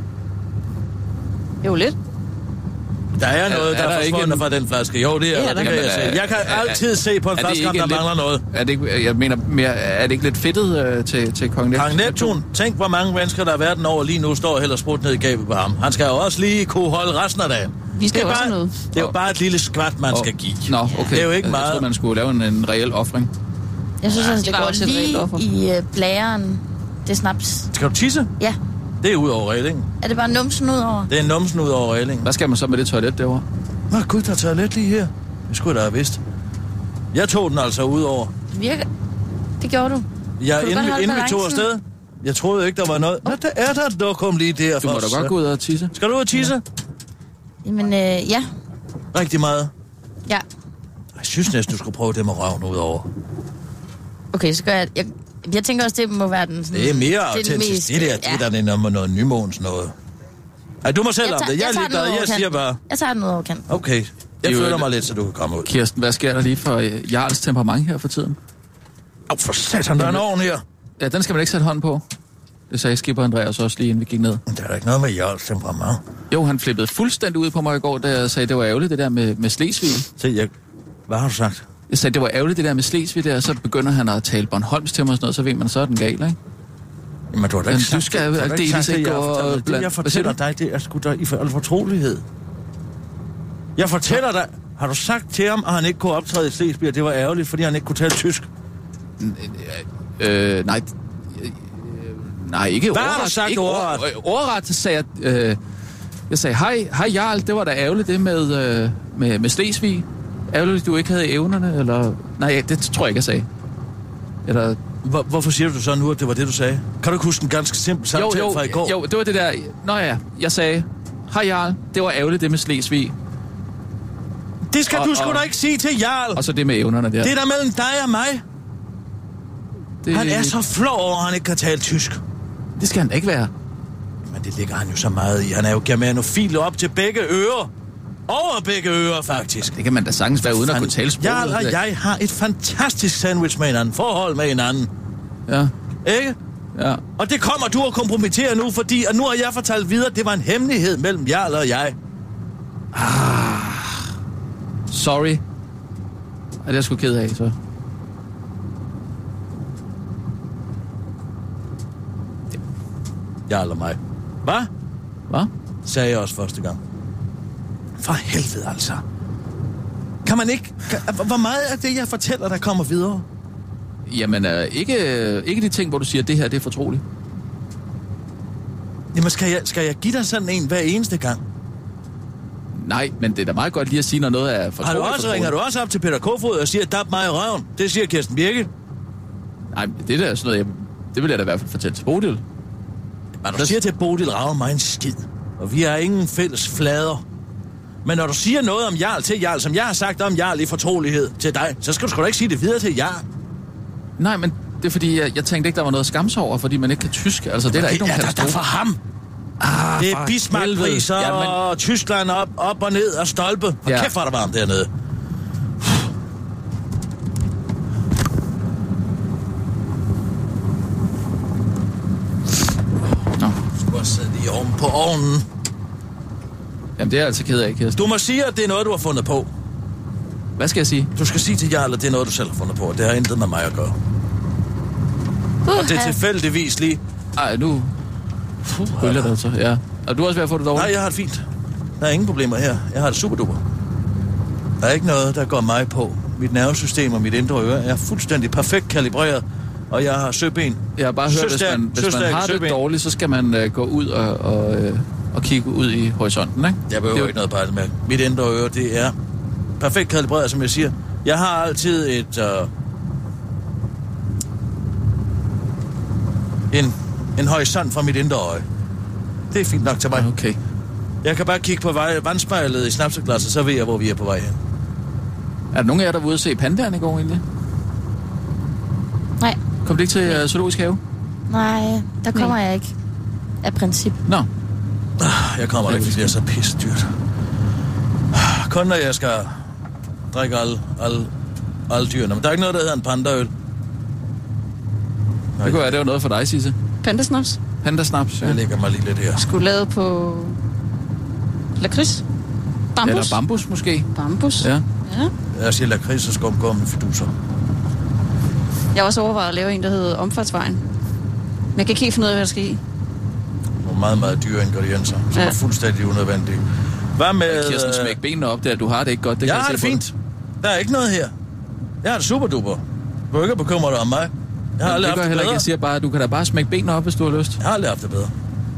Jo, lidt. Der er noget, er, er der, der forsvunder en... fra den flaske. Jo, det er ja, det kan jeg se. Jeg kan er, altid se på en flaske, om der mangler lidt, noget. Er det ikke, jeg mener, mere, er det ikke lidt fedtet øh, til, til Kong Neptun? Kong Neptun, tænk, hvor mange mennesker, der er verden over lige nu, står og hælder sprut ned i gabet på ham. Han skal jo også lige kunne holde resten af dagen. Vi skal det er også bare, noget. Det er jo bare et lille skvat, man oh. skal give. Nå, okay. Det er jo ikke meget. Jeg troede, man skulle lave en, en reel offring. Jeg synes, altså, det går går lige i uh, blæren. Det snaps. Skal du tisse? Ja. Det er ud over reglingen. Er det bare numsen ud over? Det er numsen ud over reglingen. Hvad skal man så med det toilet derovre? Nå gud, der er toilet lige her. Det skulle jeg da have vidst. Jeg tog den altså ud over. Det virker. Det gjorde du. Ja, inden, inden vi tog afsted. Jeg troede ikke, der var noget. Nå, der er der et lokum lige der. Du må da godt gå ud og tisse. Skal du ud og tisse? Ja. Jamen, øh, ja. Rigtig meget? Ja. Jeg synes næsten, du skulle prøve det med røven ud over. Okay, så gør jeg... Jeg, jeg tænker også, det må være den... Sådan, det er mere autentisk. Det, det der, ja. Det der er noget nymåns noget. Ej, du må selv om det. Jeg, jeg, jeg, jeg siger bare... Jeg tager den ud over kanten. Okay. Jeg jo, føler mig lidt, så du kan komme ud. Kirsten, hvad sker der lige for uh, Jarls temperament her for tiden? Åh, for satan, der er en ovn her. Ja, den skal man ikke sætte hånd på. Det sagde skipper Andreas også lige, inden vi gik ned. Der er da ikke noget med Jarls temperament. Jo, han flippede fuldstændig ud på mig i går, da jeg sagde, det var ærgerligt, det der med, med Slesvig. Se, jeg... Hvad har du sagt? Jeg sagde, det var ærgerligt, det der med Slesvig der, så begynder han at tale Bornholms til mig og sådan noget, så ved man, så er den gal, ikke? Jamen, du har da ikke sagt, du skal det. Det, det, det, jeg, det, jeg fortæller dig, det er sgu da i al fortrolighed. Jeg fortæller dig, har du sagt til ham, at han ikke kunne optræde i Slesvig, det var ærgerligt, fordi han ikke kunne tale tysk? Øh, nej... Nej, ikke Hvad ordret. har du sagt ikke ordret? Ordret, så sagde jeg... Øh, jeg sagde, hej, hej Jarl, det var da ærgerligt det med, øh, med, med Slesvig. Ærgerligt, du ikke havde evnerne, eller... Nej, det tror jeg ikke, jeg sagde. Eller... Hvor, hvorfor siger du så nu, at det var det, du sagde? Kan du ikke huske en ganske simpel samtale jo, jo, fra i går? Jo, det var det der... Nå ja, jeg sagde, hej Jarl, det var ærgerligt det med Slesvig. Det skal og, du sgu og, da ikke sige til Jarl. Og så det med evnerne der. Det er der mellem dig og mig. Det... Han er så flov over, at han ikke kan tale tysk. Det skal han ikke være. Men det ligger han jo så meget i. Han er jo germanofil op til begge ører. Over begge ører, faktisk. Det kan man da sagtens være, uden at kunne tale sproget. Jeg og jeg har et fantastisk sandwich med hinanden. Forhold med hinanden. Ja. Ikke? Ja. Og det kommer du at kompromittere nu, fordi at nu har jeg fortalt videre, at det var en hemmelighed mellem Jarl og jeg. Ah. Sorry. Er det jeg sgu ked af, så? Jarl og mig. Hvad? Hvad? Sagde jeg også første gang. For helvede altså. Kan man ikke... Kan, hvor meget af det, jeg fortæller, der kommer videre? Jamen, øh, ikke, øh, ikke de ting, hvor du siger, at det her det er fortroligt. Jamen, skal jeg, skal jeg give dig sådan en hver eneste gang? Nej, men det er da meget godt lige at sige, når noget er fortroligt. Har du også, fortroligt. ringer du også op til Peter Kofod og siger, dab mig i røven? Det siger Kirsten Birke. Nej, det er da sådan noget, jeg, det vil jeg da i hvert fald fortælle til Bodil. Men du siger til Bodil, rager mig en skid. Og vi har ingen fælles flader. Men når du siger noget om Jarl til Jarl, som jeg har sagt om Jarl i fortrolighed til dig, så skal du sgu da ikke sige det videre til Jarl. Nej, men det er fordi, jeg, jeg tænkte ikke, der var noget skams over, fordi man ikke kan tysk. Altså, det er der ikke nogen katastrofe. Det er der for ham. Ah, det er Bismarck-priser ja, men... og Tyskland op, op og ned og stolpe. Hvor ja. Kæft, hvor er der varmt dernede. Nå. Du skulle også sidde lige oven på ovnen. Jamen, det er jeg altså ked af, Kirsten. Du må sige, at det er noget, du har fundet på. Hvad skal jeg sige? Du skal sige til Jarl, at det er noget, du selv har fundet på. Det har intet med mig at gøre. Uh, og det er tilfældigvis lige... Ej, nu... Bølger det så, ja. Og du er også ved at få det dårligt? Nej, jeg har det fint. Der er ingen problemer her. Jeg har det superduper. Der er ikke noget, der går mig på. Mit nervesystem og mit indre øre er fuldstændig perfekt kalibreret. Og jeg har søben. Jeg har bare hørt, hvis man, hvis man har søben. Det dårligt, så skal man uh, gå ud og, og, uh, og kigge ud i horisonten, ikke? Jeg behøver det ikke noget bare med. Mit indre øre, det er perfekt kalibreret, som jeg siger. Jeg har altid et... Uh, en, en horisont fra mit indre øje. Det er fint nok til mig. Okay. Jeg kan bare kigge på vej, vandspejlet i snapseglasset, så ved jeg, hvor vi er på vej hen. Er der nogen af jer, der var ude at se pandaerne i går egentlig? Nej. Kom du ikke til uh, Zoologisk Have? Nej, der kommer Nej. jeg ikke. Af princip. Nå. Jeg kommer ikke, fordi det er så pisse dyrt. Kun når jeg skal drikke alle, alle, alle dyrene. Men der er ikke noget, der hedder en pandaøl. Det kunne være, det var noget for dig, Sisse. Pandasnaps? Pandasnaps, ja. Jeg lægger mig lige lidt her. Skulle lavet på lakrids? Bambus? Eller bambus, måske. Bambus? Ja. Ja. Jeg siger lakrids og skumgum med fiduser. Jeg har også overvejet at lave en, der hedder Omfartsvejen. Men jeg kan ikke helt finde ud af, hvad der skal i. Nogle meget, meget dyre ingredienser, som ja. er fuldstændig unødvendige. Hvad med... Kirsten, smæk benene op der. Du har det ikke godt. Det jeg kan har det fint. Der er ikke noget her. Jeg har det superduper. Du behøver ikke at bekymre dig om mig. Jeg har aldrig haft det bedre. Ikke. Jeg siger bare, at du kan da bare smække benene op, hvis du har lyst. Jeg har aldrig haft det bedre.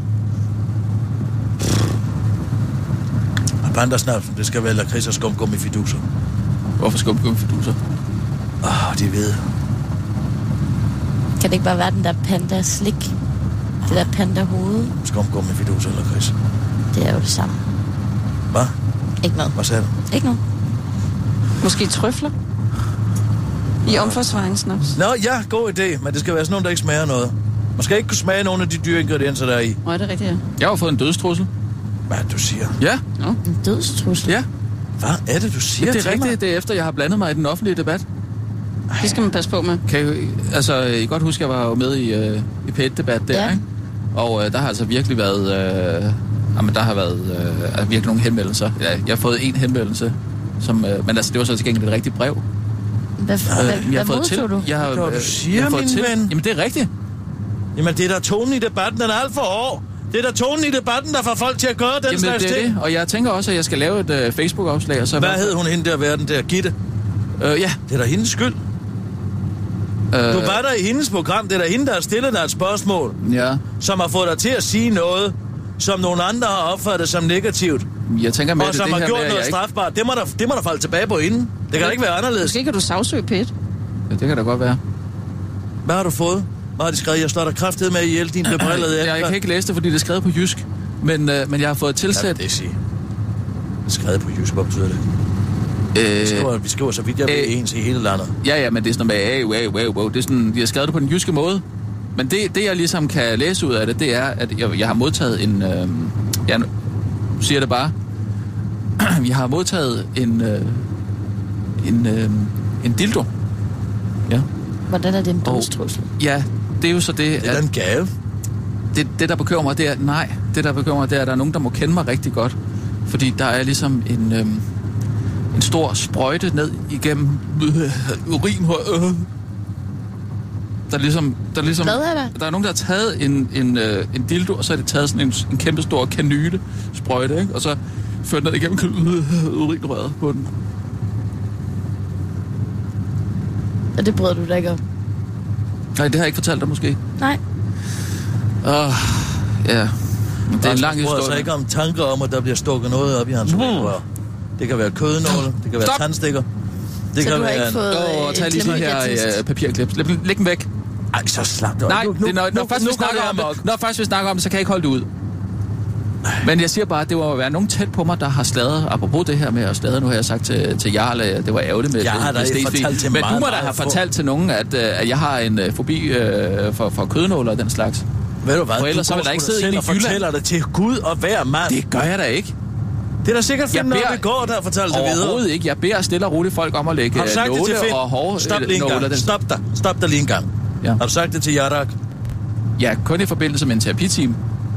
Og pandasnaps, det skal være lakrids og skumgummi fiduser. Hvorfor skumgummi fiduser? Åh, oh, de ved. Kan det ikke bare være den der panda-slik? Det der panda-hoved? Skumgummi fiduser eller lakrids. Det er jo det samme. Hvad? Ikke noget. Hvad sagde du? Ikke noget. Måske trøfler? I Omfartsvejen snaps. Nå, ja, god idé, men det skal være sådan nogen, der ikke smager noget. Man skal ikke kunne smage nogen af de dyre ingredienser, der er i. Nej, det er rigtigt, ja. Jeg har fået en dødstrussel. Hvad du siger? Ja. Nå. En dødstrussel? Ja. Hvad er det, du siger? Ja, det er rigtigt. Mig? Det er efter, jeg har blandet mig i den offentlige debat. Ej. Det skal man passe på med. Kan I, altså, I godt huske, at jeg var jo med i, uh, i P et-debat der, ja. Ikke? Og uh, der har altså virkelig været... Uh, jamen, der har været uh, virkelig nogle henvendelser. Ja, jeg har fået en henvendelse, som... Uh, men altså, det var så til gengæld et rigtigt brev. Hvad, uh, hvad, hvad modtog du? Jeg har, uh, du siger, jeg min til, ven? Jamen, det er rigtigt. Jamen, det er der tonen i debatten, den er alt for hård. Det er der tonen i debatten, der får folk til at gøre den Jamen, slags det er ting. Det. Og jeg tænker også, at jeg skal lave et uh, Facebook-opslag. Og så hvad hed hun hende der verden der? Gitte? Uh, ja. Det er da hendes skyld. Uh, du var der i hendes program. Det er da hende, der har stillet dig et spørgsmål. Ja. Som har fået dig til at sige noget, som nogle andre har opfattet som negativt. Jeg tænker med og det, som det har her gjort med, noget strafbart. Det må, der, det må der falde tilbage på inden. Det kan da ikke være anderledes. Måske kan du sagsøge P et. Ja, det kan da godt være. Hvad har du fået? Hvad har de skrevet? Jeg slår dig kraftigt med ihjel, din bebrillede. Jeg, jeg kan ikke læse det, fordi det er skrevet på jysk. Men, øh, men jeg har fået tilsat... Hvad vil det sige? Det er skrevet på jysk, hvad betyder det? Øh, vi, skriver, vi skriver så vidt jeg ved øh, ens i hele landet. Ja, ja, men det er sådan noget med, wow, wow, wow, wow. Det er sådan, de har skrevet det på den jyske måde. Men det, det jeg ligesom kan læse ud af det, det er, at jeg, jeg har modtaget en... Øh, jeg siger det bare. Vi har modtaget en... Øh, en, øh, en dildo. Ja. Hvordan er det en dødstrussel? Ja, det er jo så det... Det er en gave. Det, det, der bekymrer mig, det er... Nej, det, der bekymrer mig, det er, at der er nogen, der må kende mig rigtig godt. Fordi der er ligesom en... Øh, en stor sprøjte ned igennem øh, urin. Øh. Der er ligesom... Der er, ligesom, Hvad er der? Der er nogen, der har taget en, en, øh, en dildo, og så er det taget sådan en, en kæmpe stor kanyle sprøjte, ikke? Og så ført ned igennem øh, urinrøret på den. Og det brød du da ikke om? Nej, det har jeg ikke fortalt dig måske. Nej. Åh, oh, ja. Det er en lang historie. Så ikke om tanker om, at der bliver stukket noget op i hans urinrør. Det kan være kødnåle, det kan være Stop. tandstikker. Det så kan du har være ikke fået Åh, oh, tag lige sådan her uh, papirklips. Læg, læg dem væk. Ej, så slap det. Nej, nu, nu, det, når, når, nu, først nu vi snakker om det det, når først vi snakker om det, så kan jeg ikke holde det ud. Men jeg siger bare, at det må være nogen tæt på mig, der har sladret. Apropos det her med at sladre, nu har jeg sagt til, til Jarl, at det var ærgerligt med jeg har da ikke fortalt til Men meget, du må da have fortalt til nogen, at, at jeg har en uh, fobi uh, for, for kødnåler og den slags. Ved du hvad, For ellers du så vil der ikke sidde inde i og fortæller det til Gud og hver mand. Det gør jeg da ikke. Det er da sikkert Finn, når vi går der og fortæller det videre. Overhovedet ikke. Jeg beder stille og roligt folk om at lægge nåle og hår. Stop lige en gang. Stop dig. Stop dig lige en gang. Ja. Har du sagt det til Jardak? Ja, kun i forbindelse med en terapiteam.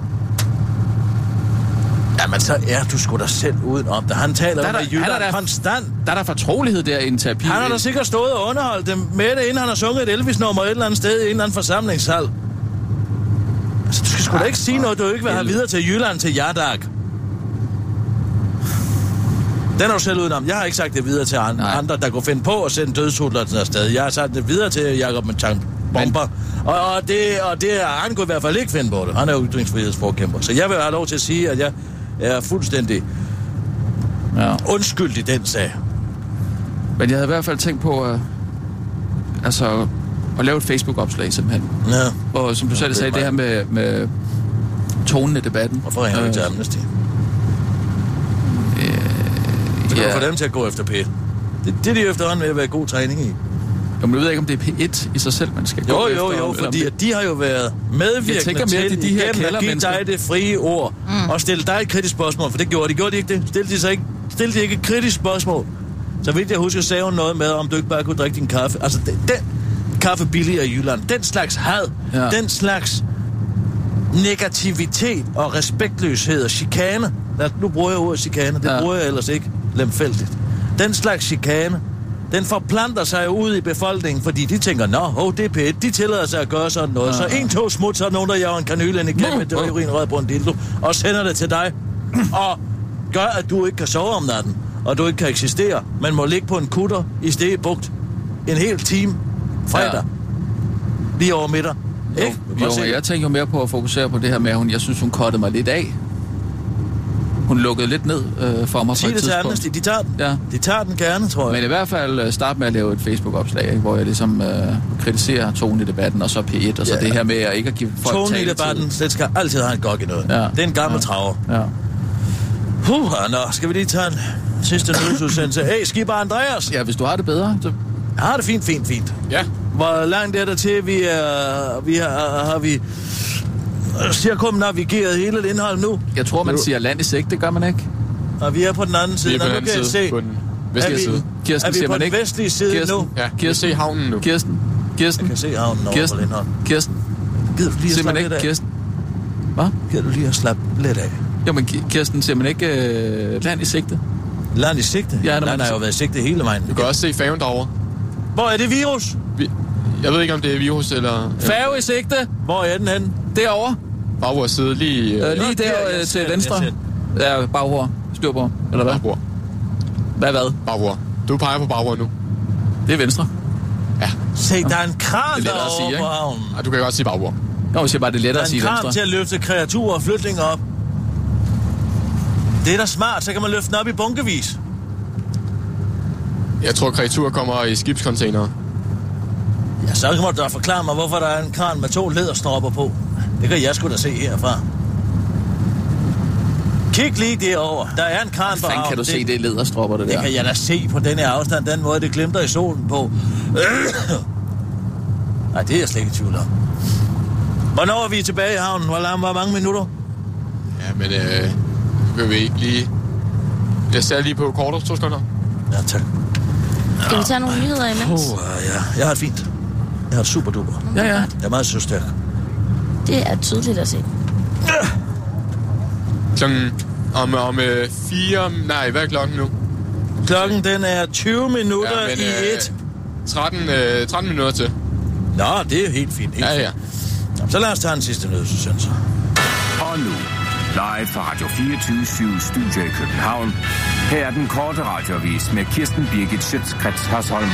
Jamen, så er du sgu da selv udenom det. Han taler der med der, Jylland der, konstant. Der er der fortrolighed der i en terapi. Han har da sikkert stået og underholdt dem med det, inden han har sunget et Elvis-nummer et eller andet sted i en eller anden forsamlingshal. Altså, du skal sgu da ikke sige noget, du ikke vil have videre til Jylland til Jardak. Den er du selv udenom. Jeg har ikke sagt det videre til andre, andre der kunne finde på at sende dødshudler til afsted. Jeg har sagt det videre til Jacob Machang Bomber. Men... Og, og, det, og det er han kunne i hvert fald ikke finde på det. Han er jo ytringsfrihedsforkæmper. Så jeg vil have lov til at sige, at jeg er fuldstændig ja. undskyld i den sag. Men jeg havde i hvert fald tænkt på at, altså, at lave et Facebook-opslag simpelthen. Ja. Og som du selv sagde, det her med, med tonen i debatten. Hvorfor ringer du øh, til Amnesty? Så kan ja. du få dem til at gå efter P et. Det, det er de efterhånden ved at være god træning i. Jo, men jeg ved ikke, om det er P et i sig selv, man skal jo, gå jo, efter. Jo, jo, fordi det... de har jo været medvirkende mere, til de, de her at give dig det frie ord mm. og stille dig et kritisk spørgsmål, for det gjorde de. Gjorde de ikke det? Stille de, så ikke, stille de ikke et kritisk spørgsmål? Så vidt jeg husker, sagde hun noget med, om du ikke bare kunne drikke din kaffe. Altså, den, den kaffe billigere i Jylland, den slags had, ja. den slags negativitet og respektløshed og chikane. Nu bruger jeg ordet chikane, det ja. bruger jeg ellers ikke lemfældigt. Den slags chikane, den forplanter sig jo ud i befolkningen, fordi de tænker, nå, oh, det er pæt, de tillader sig at gøre sådan noget. Ja. Så en, to smut, så er nogen, der jager en kanyle ind igennem et urinrør på en dildo, og sender det til dig, og gør, at du ikke kan sove om natten, og du ikke kan eksistere, men må ligge på en kutter i Stegebugt en hel time fredag, ja. lige over middag. Jo, jo, jeg tænker jo mere på at fokusere på det her med, at hun, jeg synes, hun kottede mig lidt af. Hun lukkede lidt ned øh, for mig. Sig det til Amnesty, de tager den. Ja. De tager den gerne, tror jeg. Men i hvert fald øh, starte med at lave et Facebook-opslag, ikke, hvor jeg ligesom øh, kritiserer tonen i debatten, og så P et, og så ja. det her med at ikke at give folk tonen i debatten, det skal altid have en gok i noget. Ja. Det er en gammel ja. traver. Ja. Puh, nå, skal vi lige tage en sidste nyhedsudsendelse. Hey, skipper Andreas. Ja, hvis du har det bedre. Så... Jeg har det fint, fint, fint. Ja. Hvor langt er der til, vi er, vi har, har vi cirkumnavigeret hele Lindholm nu? Jeg tror, man siger land i sigt, det gør man ikke. Og vi er på den anden side. Vi er på den anden side, på den vestlige side. Kirsten, er vi på den ikke? vestlige side Kirsten, nu? Ja, Kirsten, se havnen nu. Kirsten, Kirsten. Jeg kan se havnen over Kirsten, på Lindholm. Kirsten. Gider du lige at slappe lidt af? Kirsten. Hvad? Gider du lige at slappe lidt af? Jo, men Kirsten, ser man ikke øh, land i sigte? Land i sigte? Ja, land har jo været i sigte hele vejen. Du kan også se færgen derovre. Hvor er det virus? Vi... Jeg ved ikke, om det er virus eller... Færge i sigte. Hvor er den henne? Derovre. Bagbord side, lige... Øh, lige der øh, til venstre. Ja, bagbord. Styrbord. Eller hvad? Bagbord. Hvad hvad? Bagbord. Du peger på bagbord nu. Det er venstre. Ja. Se, der er en kran derovre på havnen. Ja, du kan godt sige bagbord. Nå, hvis jeg bare det er lettere at sige venstre. Der er en kran til at løfte kreaturer og flytninger op. Det er da smart, så kan man løfte den op i bunkevis. Jeg tror, kreaturer kommer i skibscontainere. Ja, så kan du da forklare mig, hvorfor der er en kran med to læderstropper på. Det kan jeg sgu da se herfra. Kig lige derover. Der er en kran på Hvordan havnen. kan du se, det er lederstropper, det Det der? kan jeg da se på den her afstand, den måde, det glimter i solen på. Nej, det er jeg slet ikke i tvivl om. Hvornår er vi tilbage i havnen? Hvor langt, hvor mange minutter? Ja, men øh, vil vi ikke lige... Jeg ser lige på kortet, to sekunder. Ja, tak. Skal vi tage nogle nyheder imens? Oh, ja. Jeg har det fint. Jeg har det super duper. Ja, ja. Jeg er meget så stærk. Det er tydeligt at se. Klokken om, om øh, fire... Nej, hvad er klokken nu? Klokken, den er tyve minutter Ja, men, i øh, et. tretten, øh, tretten minutter til. Nå, det er helt fint. Helt Ja, ja. fint. Nå, så lad os tage en sidste nødsudsendelse. Og nu, live fra Radio fireogtyve syv Studio i København. Her er den korte radioavis med Kirsten Birgit Schøtzgrads Hasholm.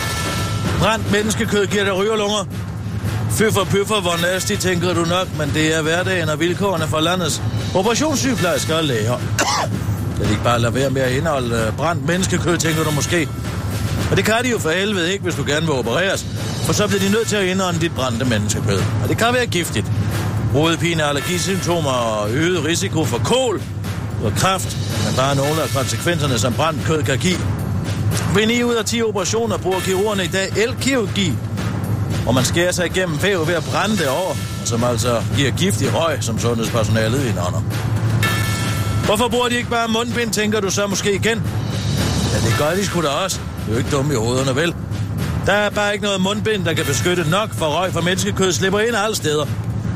Brændt menneskekød giver dig rygerlunger. Fyffer pyffer, hvor nasty, tænker du nok, men det er hverdagen og vilkårene for landets operationssygeplejersker og læger. Kan de ikke bare lade være med at indeholde brændt menneskekød, tænker du måske? Og det kan de jo for helvede ikke, hvis du gerne vil opereres, for så bliver de nødt til at indeholde dit brændte menneskekød. Og det kan være giftigt. Hovedpine, allergisymptomer og øget risiko for kål og kræft, men bare nogle af konsekvenserne, som brændt kød kan give. Ved ni ud af ti operationer bruger kirurgerne i dag elkirurgi, og man skærer sig igennem væv ved at brænde det over, som altså giver giftig røg, som sundhedspersonalet indånder. Hvorfor bruger de ikke bare mundbind, tænker du så måske igen? Ja, det gør de sgu da også. Det er jo ikke dumme i hovederne, vel? Der er bare ikke noget mundbind, der kan beskytte nok for røg, for menneskekød slipper ind alle steder.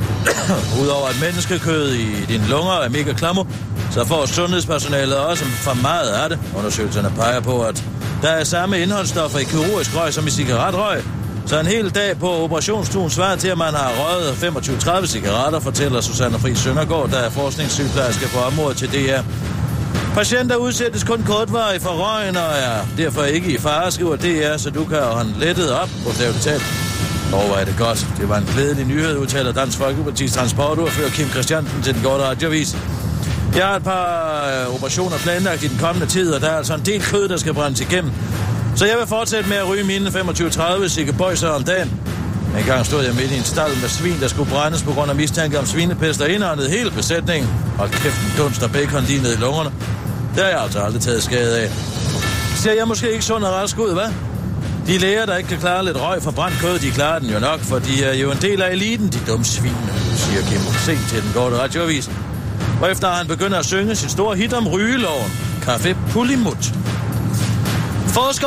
Udover at menneskekød i dine lunger er mega klammer, så får sundhedspersonalet også for meget af det. Undersøgelserne peger på, at der er samme indholdsstoffer i kirurgisk røg som i cigaretrøg. Så en hel dag på operationsstuen svarer til, at man har røget femogtyve til tredive cigaretter, fortæller Susanne Friis Søndergaard, der er forskningssygeplejerske på området til D R. Patienter udsættes kun kortvarigt for røgen og er derfor ikke i fare, skriver D R, så du kan holde lettet op på det talt. Og hvor er det godt. Det var en glædelig nyhed, udtaler Dansk Folkepartis transportordfører Kim Christiansen til den korte radioavis. Jeg har et par øh, operationer planlagt i den kommende tid, og der er altså en del kød, der skal brændes igennem. Så jeg vil fortsætte med at ryge mine femogtyve til tredive cikkebøjser om dagen. En gang stod jeg midt i en stald med svin, der skulle brændes på grund af mistanke om svinepest, og indåndede hele besætningen. Og kæft en dunst og bacon lige ned i lungerne. Det har jeg altså aldrig taget skade af. Ser jeg måske ikke sund og rask ud, hvad? De læger, der ikke kan klare lidt røg fra brændt kød, de klarer den jo nok, for de er jo en del af eliten, de dumme svin, siger Kim sent til den korte radioavis. Og efter han begynder at synge sit store hit om rygeloven, Kaffe Pulimut. Forsker.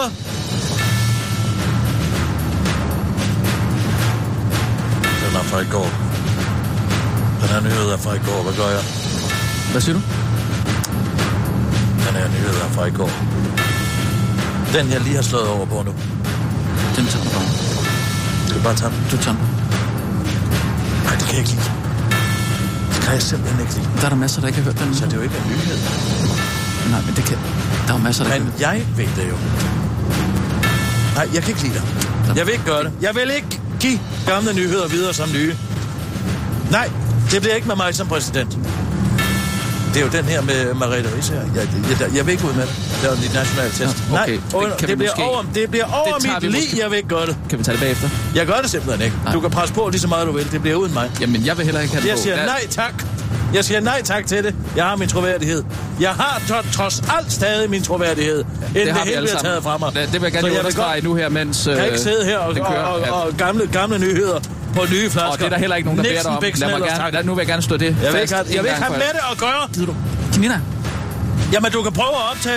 Den er fra i går. Den her nyhed er fra i går. Hvad gør jeg? Hvad siger du? Den her nyhed er fra i går. Den, jeg lige har slået over på nu. Den tager du bare. Skal du bare tage den? Du tager den. Nej, det kan jeg ikke lide. Det kan jeg simpelthen ikke lide. Der er der masser, der ikke har hørt den. Så det er jo ikke en nyhed. Nej, men det kan... Der er jo masser, der Men ikke... jeg ved det jo. Nej, jeg kan ikke lide det. Jeg vil ikke gøre det. Jeg vil ikke give gamle nyheder videre som nye. Nej, det bliver ikke med mig som præsident. Det er jo den her med Merete Riis her. Jeg, jeg, jeg vil ikke ud med det. Det er jo de nationale test. Nå, okay. Nej, Det kan det, vi bliver måske- over, det bliver over Det tager mit vi liv, måske- jeg vil ikke gøre det. Kan vi tage det bagefter? Jeg gør det simpelthen ikke. Nej. Du kan presse på lige så meget du vil. Det bliver uden mig. Jamen, jeg vil heller ikke have det Jeg på. siger Hvad- nej tak. Jeg siger nej tak til det. Jeg har min troværdighed. Jeg har tro- trods alt stadig min troværdighed, inden det, har det vi hele alle bliver sammen. taget fra mig. Det, det vil jeg gerne Så lige vil understrege godt- nu her, mens... Jeg kan ikke sidde her og, det kører. og, Ja. og, og gamle, gamle nyheder på nye flasker. Og det er der heller ikke nogen, der beder dig om. Lad mig gerne, lad, nu vil jeg gerne slå det Jeg vil fast ikke have, en jeg vil ikke gang have for med alle. det at gøre. Gider du? Camilla? Jamen, du kan prøve at optage.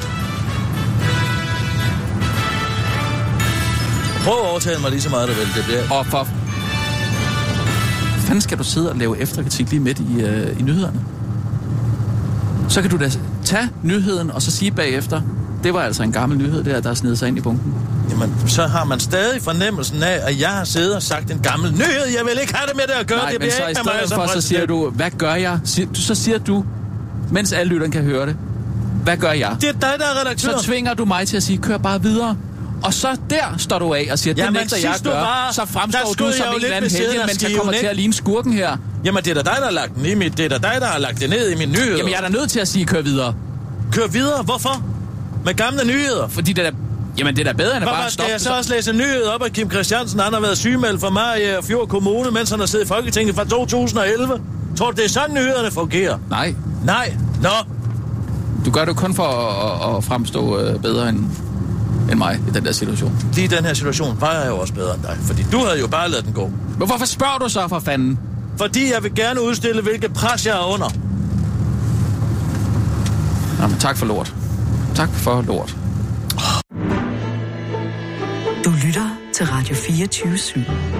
Prøv at overtale mig lige så meget, du vil. Det bliver... Og for... Fanden skal du sidde og lave efterkritik lige midt i, øh, i nyhederne? Så kan du da tage nyheden og så sige bagefter, det var altså en gammel nyhed der, der er snedet sig ind i bunken. Jamen, så har man stadig fornemmelsen af, at jeg har siddet og sagt en gammel nyhed. Jeg vil ikke have det med det at gøre. Nej, det men bliver så i ikke med mig stedet som for, så siger præsident. du, hvad gør jeg? Siger- du- Så siger du, mens alle lytterne kan høre det, hvad gør jeg? Det er dig, der er redaktør. Så tvinger du mig til at sige, kør bare videre. Og så der står du af og siger, det Jamen, nægter jeg at sidst du gøre. var- Så der fremstår skød du jeg som jo en lidt eller anden ved siden helgen, af men så skiven, kommer til ikke? at ligne skurken her. Jamen, det er da dig, der har lagt den i mit. Det er da dig, der har lagt det ned i min nyhed. Jamen, jeg er da nødt til at sige, kør videre. Kør videre. Hvorfor? Med gamle nyheder. Fordi det er da, jamen, det er da bedre, end at bare Hvorfor skal stoppe. jeg så også læse en nyhed op, at Kim Christiansen han har været sygemeldt for mig i Fjord Kommune, mens han har siddet i Folketinget fra to tusind og elleve? Tror du, det er sådan, nyhederne fungerer? Nej. Nej, Nå, Du gør det kun for at, at fremstå øh, bedre end, end mig i den der situation. lige i den her situation var jeg jo også bedre end dig, fordi du havde jo bare ladet den gå. Men hvorfor spørger du så for fanden? Fordi jeg vil gerne udstille, hvilket pres jeg er under. Jamen, tak for lort. Tak for lort. Du lytter til Radio fireogtyve syv.